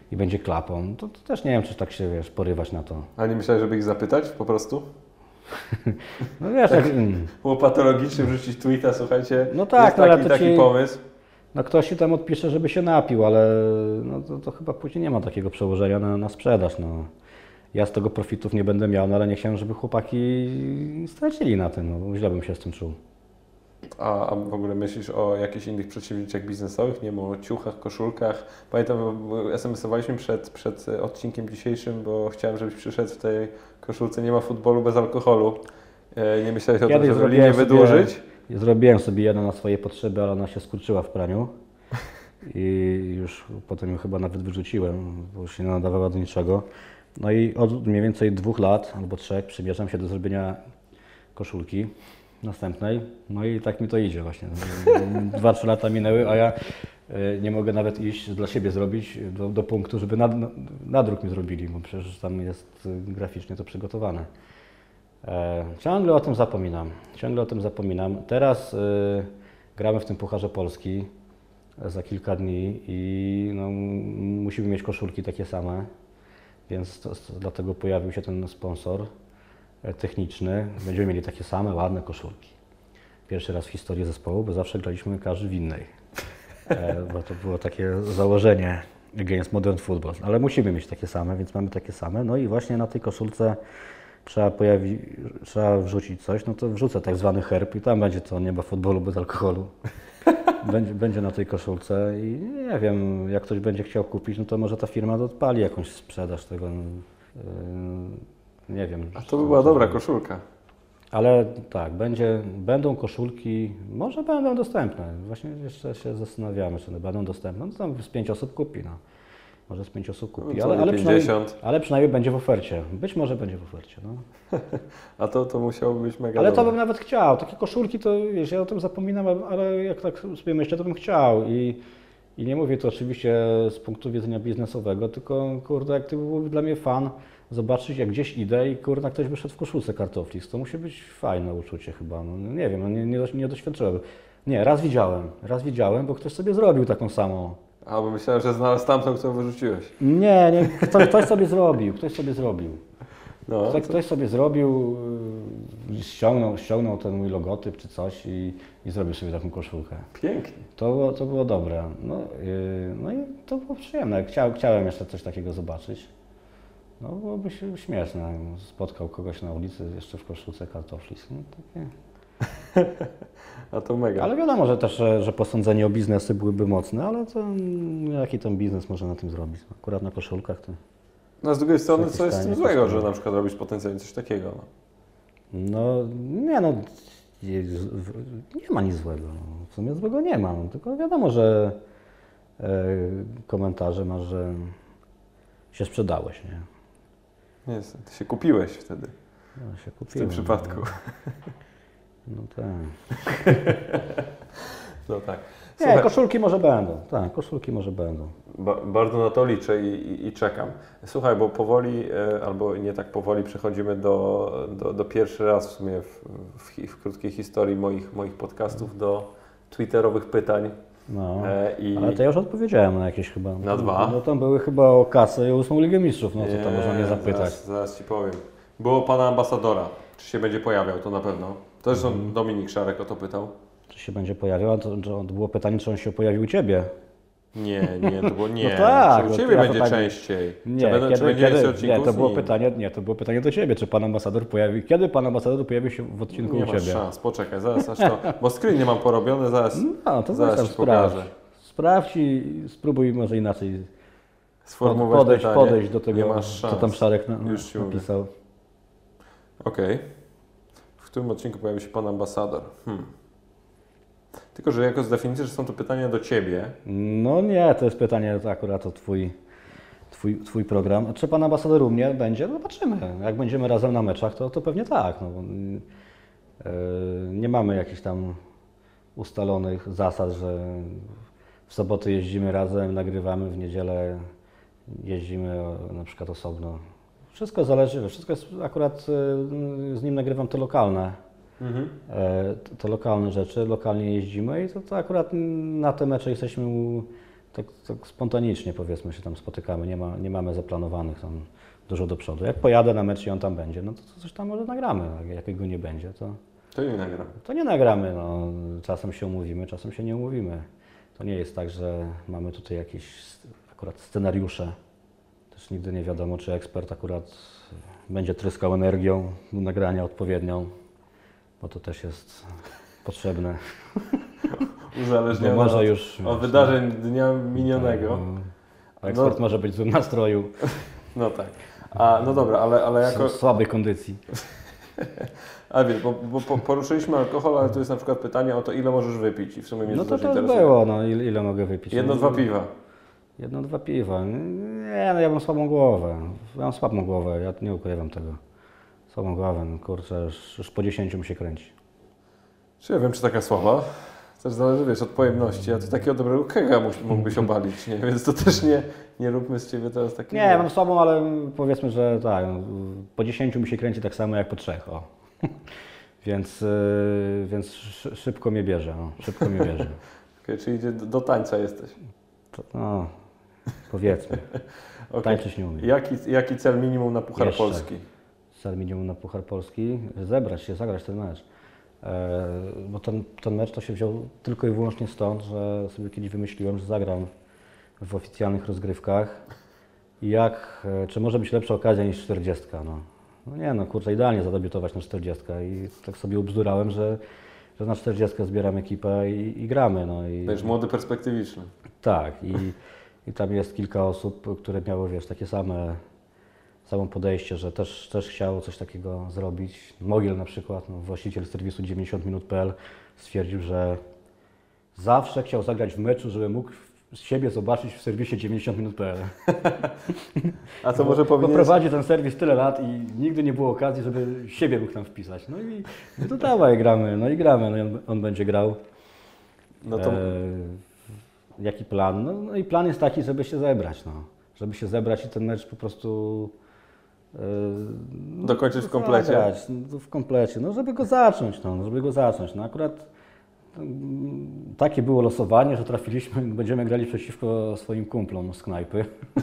i będzie klapą, to też nie wiem, czy tak się, wiesz, porywać na to. A nie myślałeś, żeby ich zapytać po prostu? No wiesz, tak, było patologicznie wrzucić tweeta, słuchajcie, no tak, jest taki pomysł. No ktoś się tam odpisze, żeby się napił, ale no to chyba później nie ma takiego przełożenia na sprzedaż. No. Ja z tego profitów nie będę miał, no ale nie chciałem, żeby chłopaki stracili na tym, no bo źle bym się z tym czuł. A w ogóle myślisz o jakichś innych przedsięwzięciach biznesowych, nie wiem, o ciuchach, koszulkach? Pamiętam, SMS-owaliśmy przed odcinkiem dzisiejszym, bo chciałem, żebyś przyszedł w tej koszulce Nie ma futbolu bez alkoholu. Nie myślałeś o tym, żeby linię wydłużyć? Zrobiłem sobie jedną na swoje potrzeby, ale ona się skurczyła w praniu i już potem ją chyba nawet wyrzuciłem, bo już się nie nadawała do niczego. No i od mniej więcej 2 lat albo 3 przymierzam się do zrobienia koszulki następnej. No i tak mi to idzie właśnie. 2-3 lata minęły, a ja nie mogę nawet iść dla siebie zrobić do punktu, żeby nadruk mi zrobili, bo przecież tam jest graficznie to przygotowane. Ciągle o tym zapominam. Teraz gramy w tym Pucharze Polski za kilka dni i no, musimy mieć koszulki takie same, więc dlatego pojawił się ten sponsor techniczny. Będziemy mieli takie same, ładne koszulki. Pierwszy raz w historii zespołu, bo zawsze graliśmy każdy w innej. Bo to było takie założenie Against Modern Football. Ale musimy mieć takie same, więc mamy takie same. No i właśnie na tej koszulce trzeba wrzucić coś, no to wrzucę tak zwany herb i tam będzie to Nie ma futbolu bez alkoholu. Będzie na tej koszulce i nie wiem, jak ktoś będzie chciał kupić, no to może ta firma odpali jakąś sprzedaż tego. Nie wiem. A to by była dobra koszulka. Ale tak, będą koszulki, może będą dostępne. Właśnie jeszcze się zastanawiamy, czy one będą dostępne. No tam z 5 osób kupi, no. Może z 5 osób kupi, no ale przynajmniej będzie w ofercie. Być może będzie w ofercie, no. A to musiało być mega Ale dobre. to bym nawet chciał. Takie koszulki to, wiesz, ja o tym zapominam, ale jak tak sobie myślę, to bym chciał. I nie mówię to oczywiście z punktu widzenia biznesowego, tylko kurde, jak to byłby dla mnie fan, zobaczyć jak gdzieś idę i kurde, ktoś wyszedł w koszulce Kartoflix. To musi być fajne uczucie chyba. No, nie wiem, no, nie doświadczyłem. Nie, raz widziałem, bo ktoś sobie zrobił taką samą. A, bo myślałem, że znalazł tamtą, którą wyrzuciłeś. Nie, ktoś sobie zrobił. No, Ktoś sobie zrobił, ściągnął ten mój logotyp czy coś i zrobił sobie taką koszulkę. Pięknie. To było dobre. No i to było przyjemne. Chciałem jeszcze coś takiego zobaczyć. No byłoby się śmieszne, jakbym spotkał kogoś na ulicy jeszcze w koszulce Kartoflis. No, takie. A to mega. Ale wiadomo, że też, że posądzenie o biznesy byłyby mocne, ale to jaki tam biznes można na tym zrobić? Akurat na koszulkach to... No z drugiej strony, co jest z tym złego, że na przykład robisz potencjalnie coś takiego? No nie no, nie ma nic złego. W sumie złego nie ma, tylko wiadomo, że komentarze masz, że się sprzedałeś, nie? Nie, ty się kupiłeś wtedy. No, się kupiłem, w tym przypadku. No tak. No tak. Słuchaj, nie, koszulki może będą. Tak, koszulki może będą. Bardzo na to liczę i czekam. Słuchaj, bo powoli, albo nie tak powoli, przechodzimy do pierwszy raz w sumie w krótkiej historii moich podcastów do twitterowych pytań. No, ale to ja już odpowiedziałem na jakieś chyba. Na 2? No tam były chyba o kasę i 8 Ligę Mistrzów, no to tam można mnie zapytać. Zaraz Ci powiem. Było Pana ambasadora. Czy się będzie pojawiał, to na pewno. To zresztą Dominik Szarek o to pytał. Czy się będzie pojawiał? A to było pytanie, czy on się pojawił u Ciebie? Nie, to było nie. No tak, czy u Ciebie będzie częściej? Nie, czy będzie więcej odcinków? To było pytanie do Ciebie, czy Pan ambasador pojawił, kiedy Pan ambasador pojawił się w odcinku u Ciebie? Nie masz szans, poczekaj, zaraz aż to, bo screen nie mam porobiony, zaraz to zaraz Ci pokażę. Sprawdź i spróbuj może inaczej sformułować podejść do tego, nie masz szans. co tam Szarek Już napisał. Okej. W którym odcinku pojawi się Pan ambasador? Tylko, że jako z definicji, że są to pytania do Ciebie. No nie, to jest pytanie akurat o Twój program. Czy Pan ambasador u mnie będzie? No zobaczymy. Jak będziemy razem na meczach, to pewnie tak. No, nie mamy jakichś tam ustalonych zasad, że w soboty jeździmy razem, nagrywamy, w niedzielę jeździmy na przykład osobno. Wszystko zależy, wszystko jest akurat z nim nagrywam to lokalne. To lokalne rzeczy, lokalnie jeździmy i to akurat na te mecze jesteśmy tak spontanicznie powiedzmy się tam spotykamy, nie mamy zaplanowanych tam dużo do przodu. Jak pojadę na mecz i on tam będzie, no to coś tam może nagramy, a jak go nie będzie, To nie nagram. to nie nagramy. No. Czasem się umówimy, czasem się nie umówimy. To nie jest tak, że mamy tutaj jakieś akurat scenariusze. Też nigdy nie wiadomo, czy ekspert akurat będzie tryskał energią do nagrania odpowiednią, bo to też jest potrzebne. Uzależnione Bo może już od wydarzeń dnia minionego. A ekspert może być w złym nastroju, No tak. No dobra, ale jako... w słabej kondycji. A wiesz, bo poruszyliśmy alkohol, ale tu jest na przykład pytanie o to, ile możesz wypić i w sumie mnie No to to też też interesuje. było, no ile mogę wypić? Jedno, dwa piwa. Jedno, dwa piwa. Nie, no ja mam słabą głowę. Ja mam słabą głowę, ja nie ukrywam tego. Słabą głowę, no kurczę, już po 10 mi się kręci. Czy ja wiem, czy taka słaba? Też zależy, wiesz, od pojemności, a ty takiego dobrego kega mógłbyś obalić, nie? Więc to też nie róbmy z ciebie teraz takiego... Nie, mam słabą, ale powiedzmy, że tak, no, po 10 mi się kręci tak samo jak po 3, o. Więc szybko mnie bierze, no, szybko mnie bierze. Okay, czyli do tańca jesteś. No, powiedzmy. Okay. Tańczyć nie umiem. Jaki cel minimum na Puchar Jeszcze. Polski? Cel minimum na Puchar Polski? Zebrać się, zagrać ten mecz. Bo ten mecz to się wziął tylko i wyłącznie stąd, że sobie kiedyś wymyśliłem, że zagram w oficjalnych rozgrywkach i czy może być lepsza okazja niż 40. No nie no, kurczę, idealnie zadebiutować na 40 i tak sobie ubzdurałem, że na 40 zbieram ekipę i gramy. No i, To jest młody, perspektywiczny. tak, i tam jest kilka osób, które miały, wiesz, takie samo podejście, że też chciało coś takiego zrobić. Mogiel na przykład, no, właściciel serwisu 90minut.pl stwierdził, że zawsze chciał zagrać w meczu, żeby mógł siebie zobaczyć w serwisie 90minut.pl. A to może Bo powinien... prowadzi ten serwis tyle lat i nigdy nie było okazji, żeby siebie mógł tam wpisać. No i to dawaj, gramy, no i on będzie grał. No to... Jaki plan? No i plan jest taki, żeby się zebrać, no. Żeby się zebrać i ten mecz po prostu dokończyć w komplecie. Zagrać, w komplecie, no żeby go zacząć, no akurat takie było losowanie, że trafiliśmy, będziemy grali przeciwko swoim kumplom z knajpy.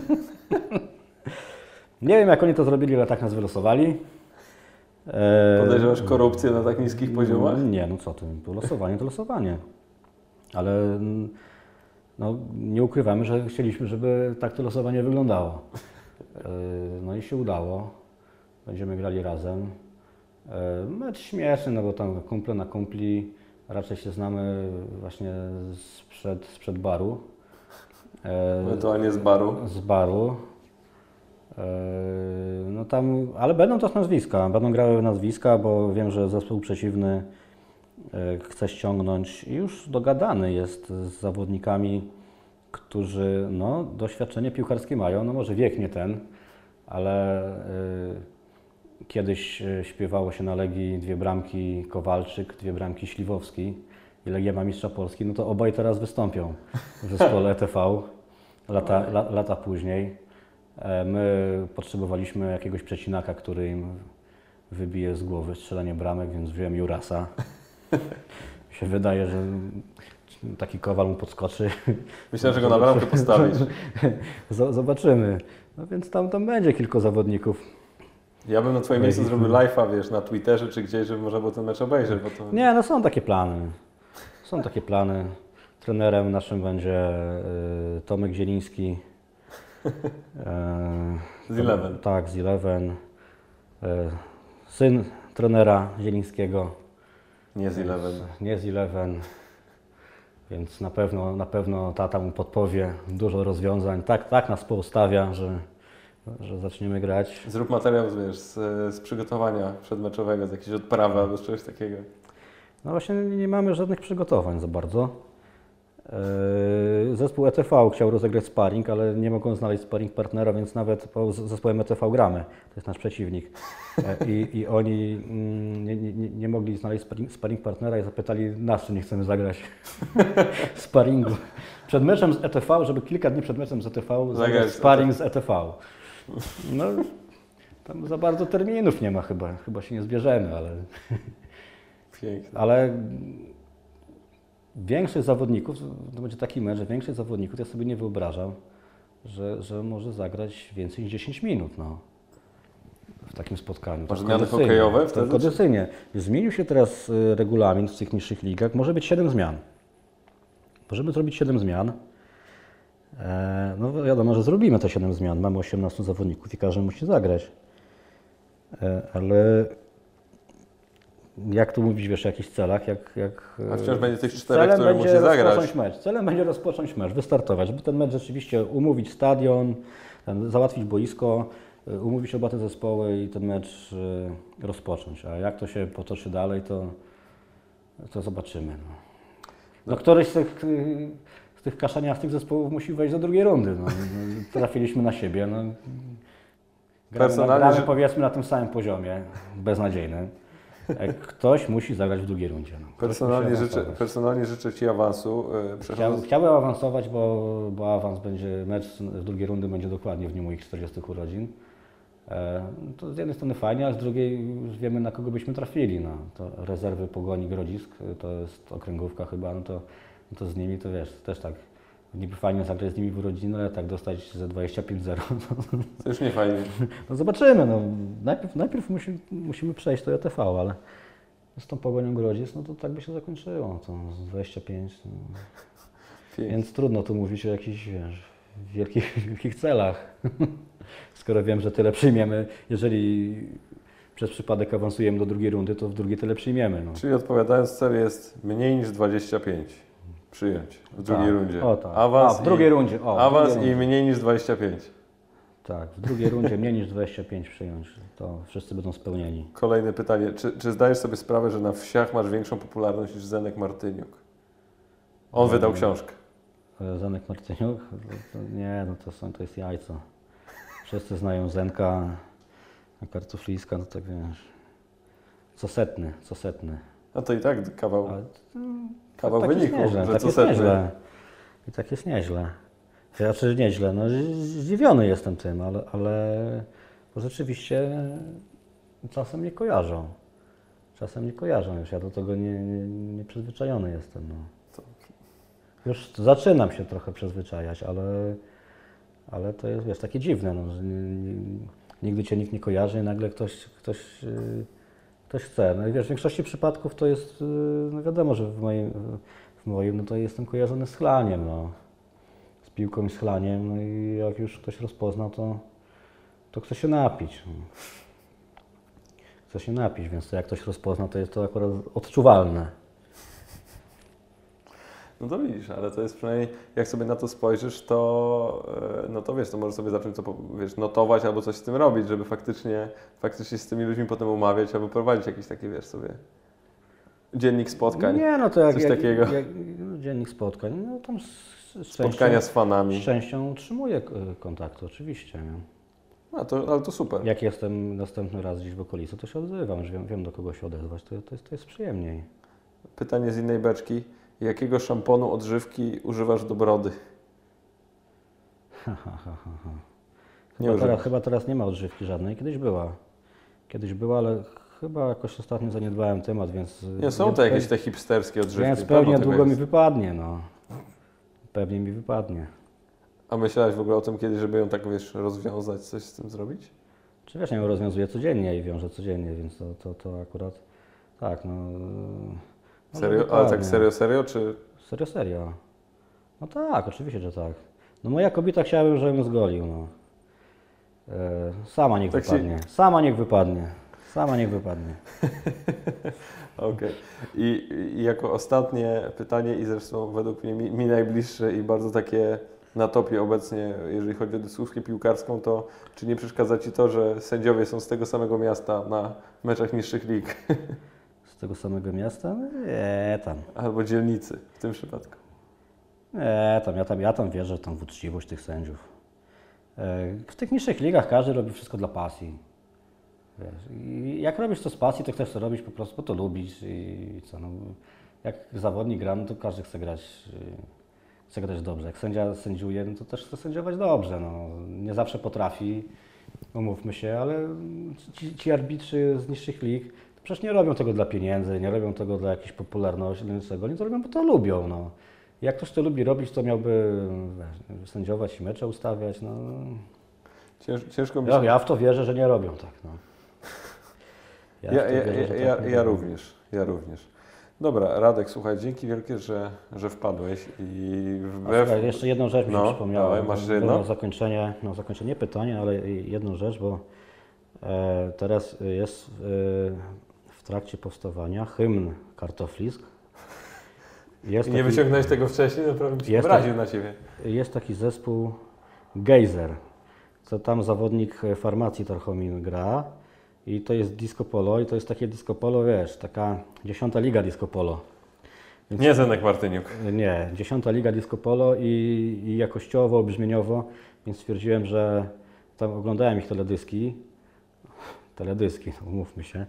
Nie wiem, jak oni to zrobili, ale tak nas wylosowali. Podejrzewasz korupcję na tak niskich poziomach? Nie, no co ty, to losowanie. Ale no, nie ukrywamy, że chcieliśmy, żeby tak to losowanie wyglądało. No i się udało. Będziemy grali razem. Mecz śmieszny, no bo tam kumple na kumpli. Raczej się znamy właśnie sprzed baru. Ewentualnie z baru. Z baru. No tam, ale będą też nazwiska. Będą grały nazwiska, bo wiem, że zespół przeciwny chce ściągnąć i już dogadany jest z zawodnikami, którzy no, doświadczenie piłkarskie mają. No może wiek nie ten, ale kiedyś śpiewało się na Legii 2 bramki Kowalczyk, 2 bramki Śliwowski i Legia ma mistrza Polski, no to obaj teraz wystąpią w zespole ETV lata później. My potrzebowaliśmy jakiegoś przecinaka, który im wybije z głowy strzelanie bramek, więc wziąłem Jurasa. Mi się wydaje, że taki Kowal mu podskoczy. Myślę, że go na bramkę postawisz. Zobaczymy. No więc tam będzie kilku zawodników. Ja bym na twoim miejscu zrobił live'a, wiesz, na Twitterze czy gdzieś, żeby można było ten mecz obejrzeć. Bo to... Nie, no są takie plany. Trenerem naszym będzie Tomek Zieliński. Z Eleven. Tak, z Eleven. Syn trenera Zielińskiego. Nie z Eleven. Nie z Eleven. Więc na pewno tata mu podpowie dużo rozwiązań. Tak nas poustawia, że zaczniemy grać. Zrób materiał, wiesz, z przygotowania przedmeczowego, z jakiejś odprawy albo z czegoś takiego. No właśnie nie mamy żadnych przygotowań za bardzo. Zespół ETV chciał rozegrać sparring, ale nie mogą znaleźć sparring partnera, więc nawet z zespołem ETV gramy. To jest nasz przeciwnik. I oni nie mogli znaleźć sparring partnera i zapytali nas, czy nie chcemy zagrać sparingu. Przed meczem z ETV, żeby kilka dni przed meczem z ETV zagrać sparring z ETV. No, tam za bardzo terminów nie ma chyba się nie zbierzemy, ale... Piękne. Ale większość zawodników, to będzie taki mecz, że większość zawodników, ja sobie nie wyobrażam, że może zagrać więcej niż 10 minut no, w takim spotkaniu. Masz zmiany hokejowe wtedy? Kondycyjnie. Zmienił się teraz regulamin w tych niższych ligach, może być 7 zmian. Możemy zrobić 7 zmian. No wiadomo, że zrobimy te 7 zmian. Mamy 18 zawodników i każdy musi zagrać. Ale jak tu mówić, wiesz, o jakichś celach, A wciąż będzie tych 4, które musi zagrać. Celem będzie rozpocząć mecz, wystartować, żeby ten mecz rzeczywiście umówić stadion, załatwić boisko, umówić oba te zespoły i ten mecz rozpocząć. A jak to się potoczy dalej, to zobaczymy. No, któryś z tych kaszaniastych zespołów musi wejść do drugiej rundy. No. Trafiliśmy na siebie. No. Gramy powiedzmy na tym samym poziomie, beznadziejnym. Ktoś musi zagrać w drugiej rundzie. No. Personalnie życzę Ci awansu. Chciałbym awansować, bo awans będzie, mecz w drugiej rundy będzie dokładnie w dniu moich 40 urodzin. To z jednej strony fajnie, a z drugiej już wiemy, na kogo byśmy trafili. No. To rezerwy Pogoni Grodzisk, to jest okręgówka chyba, no to z nimi to wiesz, też tak. Niby fajnie zagrać z nimi w urodziny, ale tak dostać ze 25-0. To już nie fajnie. No zobaczymy. No. Najpierw musimy przejść to JTV, ale z tą Pogonią Grodzisk, no to tak by się zakończyło. To 25. No. Więc trudno tu mówić o jakichś wielkich celach. Skoro wiem, że tyle przyjmiemy, jeżeli przez przypadek awansujemy do drugiej rundy, to w drugiej tyle przyjmiemy. No. Czyli odpowiadając, cel jest mniej niż 25. Przyjąć w drugiej rundzie. O, tak. Awans w drugiej rundzie. Awans i mniej niż 25. Tak, w drugiej rundzie mniej niż 25 przyjąć. To wszyscy będą spełnieni. Kolejne pytanie. Czy zdajesz sobie sprawę, że na wsiach masz większą popularność niż Zenek Martyniuk? On wydał książkę. Zenek Martyniuk? Nie, no to jest jajco. Wszyscy znają Zenka, a Kartofliska, no tak wiesz. Co setny. No to i tak kawał. Kawał tak wyniku, nieźle, że tak co jest setny. nieźle. I tak jest nieźle. Znaczy nieźle, no zdziwiony jestem tym, ale bo rzeczywiście czasem mnie kojarzą. Już ja do tego nie przyzwyczajony jestem. No. Już zaczynam się trochę przyzwyczajać, ale to jest, wiesz, takie dziwne, no, że nigdy Cię nikt nie kojarzy i nagle ktoś chce. No i wiesz, w większości przypadków to jest, no wiadomo, że w moim no to jestem kojarzony z chlaniem, no. Z piłką i z chlaniem, no i jak już ktoś rozpozna, to chce się napić. No. Chce się napić, więc to jak ktoś rozpozna, to jest to akurat odczuwalne. No to widzisz, ale to jest przynajmniej, jak sobie na to spojrzysz, to, no to wiesz, to możesz sobie zacząć to, wiesz, notować albo coś z tym robić, żeby faktycznie z tymi ludźmi potem umawiać albo prowadzić jakieś takie, wiesz, sobie dziennik spotkań. Nie, no to jak, coś takiego. Dziennik spotkań, no tam spotkania z fanami. Z częścią utrzymuję kontakty, oczywiście. Nie? Ale to super. Jak jestem następny raz gdzieś w okolicy, to się odzywam, już wiem do kogo się odezwać, to jest przyjemniej. Pytanie z innej beczki. Jakiego szamponu odżywki używasz do brody? Chyba teraz nie ma odżywki żadnej. Kiedyś była, ale chyba jakoś ostatnio zaniedbałem temat, więc... Nie, są to jakieś te hipsterskie odżywki. Więc pewnie długo mi wypadnie, no. Pewnie mi wypadnie. A myślałeś w ogóle o tym kiedyś, żeby ją tak, wiesz, rozwiązać, coś z tym zrobić? Czy wiesz, ja ją rozwiązuję codziennie i wiążę codziennie, więc to akurat... Tak, no... Serio? Ale tak serio, czy... Serio. No tak, oczywiście, że tak. No moja kobieta chciałabym, żebym zgolił, no. Sama niech wypadnie. Sama niech wypadnie. Okej. I jako ostatnie pytanie i zresztą według mnie mi najbliższe i bardzo takie na topie obecnie, jeżeli chodzi o dyskusję piłkarską, to czy nie przeszkadza Ci to, że sędziowie są z tego samego miasta na meczach niższych lig? Z tego samego miasta? Nie, tam. Albo dzielnicy w tym przypadku. Nie, ja tam wierzę w uczciwość tych sędziów. W tych niższych ligach każdy robi wszystko dla pasji. Wiesz, i jak robisz to z pasji, to chcesz to robić po prostu, bo to lubisz i co, no, jak zawodnik gra, no to każdy chce grać dobrze. Jak sędzia sędziuje, no to też chce sędziować dobrze. No. Nie zawsze potrafi, umówmy się, ale ci arbitrzy z niższych lig Przecież nie robią tego dla pieniędzy, nie robią tego dla jakiejś popularności, oni to robią, bo to lubią. No. Jak ktoś to lubi robić, to miałby sędziować i mecze ustawiać. No. Ciężko mi się... Ja w to wierzę, że nie robią tak. No. Ja również. Dobra, Radek, słuchaj, dzięki wielkie, że wpadłeś i Słuchaj, jeszcze jedną rzecz mi się przypomniała. Masz jedno? Na zakończenie pytanie, ale jedną rzecz, bo teraz jest w trakcie powstawania hymn Kartoflisk. Nie wyciągnąłeś tego wcześniej? Naprawdę bym się obraził na Ciebie. Jest taki zespół Gejzer, co tam zawodnik farmacji Tarchomin gra. I to jest disco polo i to jest takie disco polo, wiesz, taka 10. liga disco polo. Więc, nie Zenek Martyniuk. Nie, 10. liga disco polo i jakościowo, brzmieniowo, więc stwierdziłem, że tam oglądałem ich teledyski, umówmy się.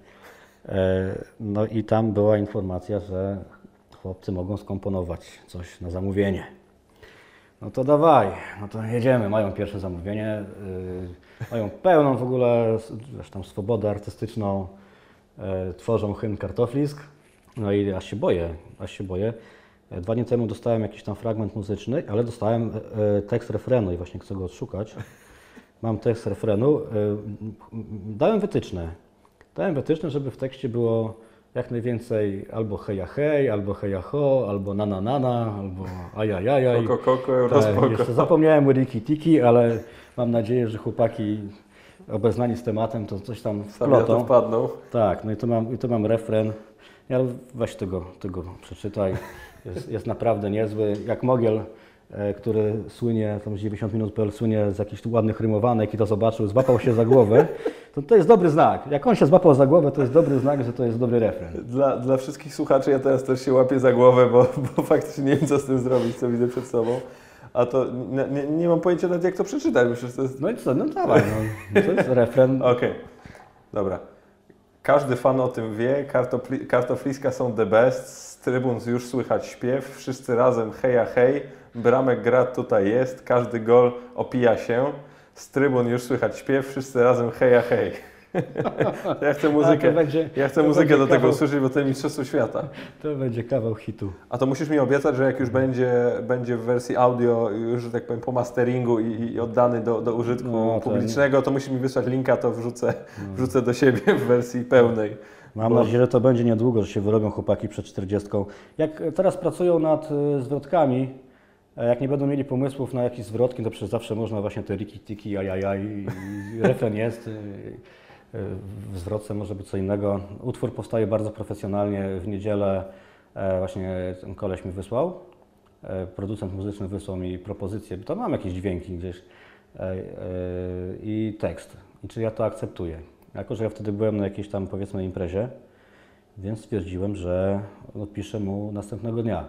No i tam była informacja, że chłopcy mogą skomponować coś na zamówienie. No to dawaj, no to jedziemy, mają pierwsze zamówienie, mają pełną w ogóle tam swobodę artystyczną, tworzą hymn Kartoflisk, no i aż się boję. 2 dni temu dostałem jakiś tam fragment muzyczny, ale dostałem tekst refrenu i właśnie chcę go odszukać. Mam tekst refrenu, dałem wytyczne, żeby w tekście było jak najwięcej albo heja hej, albo heja ho, albo na, albo ajajajaj. Koko, tak, jeszcze zapomniałem riki tiki, ale mam nadzieję, że chłopaki obeznani z tematem to coś tam wplotą. To wpadną. Tak, no i to mam refren. Ja weź tego przeczytaj. Jest naprawdę niezły. Jak Mogiel, który słynie, tam 90 minut.pl słynie z jakichś ładnych rymowanek i to zobaczył, złapał się za głowę, to jest dobry znak. Jak on się złapał za głowę, to jest dobry znak, że to jest dobry refren. Dla wszystkich słuchaczy ja teraz też się łapię za głowę, bo faktycznie nie wiem, co z tym zrobić, co widzę przed sobą. A to nie mam pojęcia nawet, jak to przeczytać. Myślę, że to jest... No i co, no dawaj, to jest refren. Okej, dobra. Każdy fan o tym wie, kartofliska są the best, z trybun już słychać śpiew, wszyscy razem heja hej, bramek grad tutaj jest, każdy gol opija się, z trybun już słychać śpiew, wszyscy razem heja hej. Ja chcę muzykę do tego usłyszeć, bo to jest Mistrzostwo Świata. To będzie kawał hitu. A to musisz mi obiecać, że jak już będzie w wersji audio, już, że tak powiem, po masteringu i oddany do użytku publicznego, to musisz mi wysłać linka, to wrzucę do siebie w wersji pełnej. Mam nadzieję, że to będzie niedługo, że się wyrobią chłopaki przed 40. Jak teraz pracują nad zwrotkami, jak nie będą mieli pomysłów na jakieś zwrotki, to przecież zawsze można właśnie te riki tiki, ajajaj, refren jest. W zwrotce może być co innego. Utwór powstaje bardzo profesjonalnie. W niedzielę właśnie ten koleś mi wysłał, producent muzyczny wysłał mi propozycję, to mam jakieś dźwięki gdzieś i tekst. I czy ja to akceptuję? Jako że ja wtedy byłem na jakiejś tam, powiedzmy, imprezie, więc stwierdziłem, że odpiszę mu następnego dnia.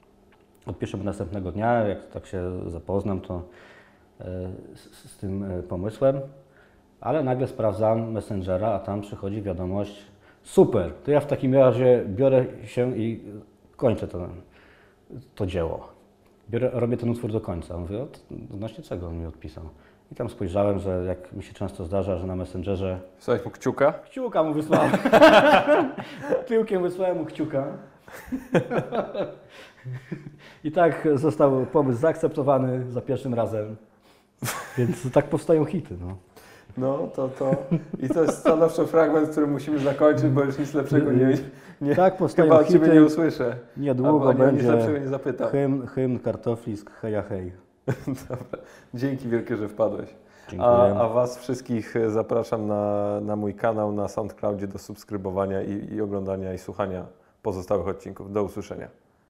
Jak tak się zapoznam to z tym pomysłem. Ale nagle sprawdzam Messengera, a tam przychodzi wiadomość: super, to ja w takim razie biorę się i kończę to dzieło. Robię ten utwór do końca. Mówię, odnośnie czego on mi odpisał? I tam spojrzałem, że jak mi się często zdarza, że na Messengerze... Wysłałeś mu kciuka? Kciuka mu wysłałem. Tyłkiem wysłałem mu kciuka. I tak został pomysł zaakceptowany za pierwszym razem. Więc tak powstają hity. No, i to jest stanowczo fragment, który musimy zakończyć, bo już nic lepszego nie tak powstają chyba od hity. Ciebie nie usłyszę. Niedługo będzie nic lepszego nie zapytam. Hymn Kartoflisk, heja hej. Dobra. Dzięki wielkie, że wpadłeś. Dziękuję. A Was wszystkich zapraszam na mój kanał na SoundCloudzie do subskrybowania i oglądania i słuchania pozostałych odcinków. Do usłyszenia.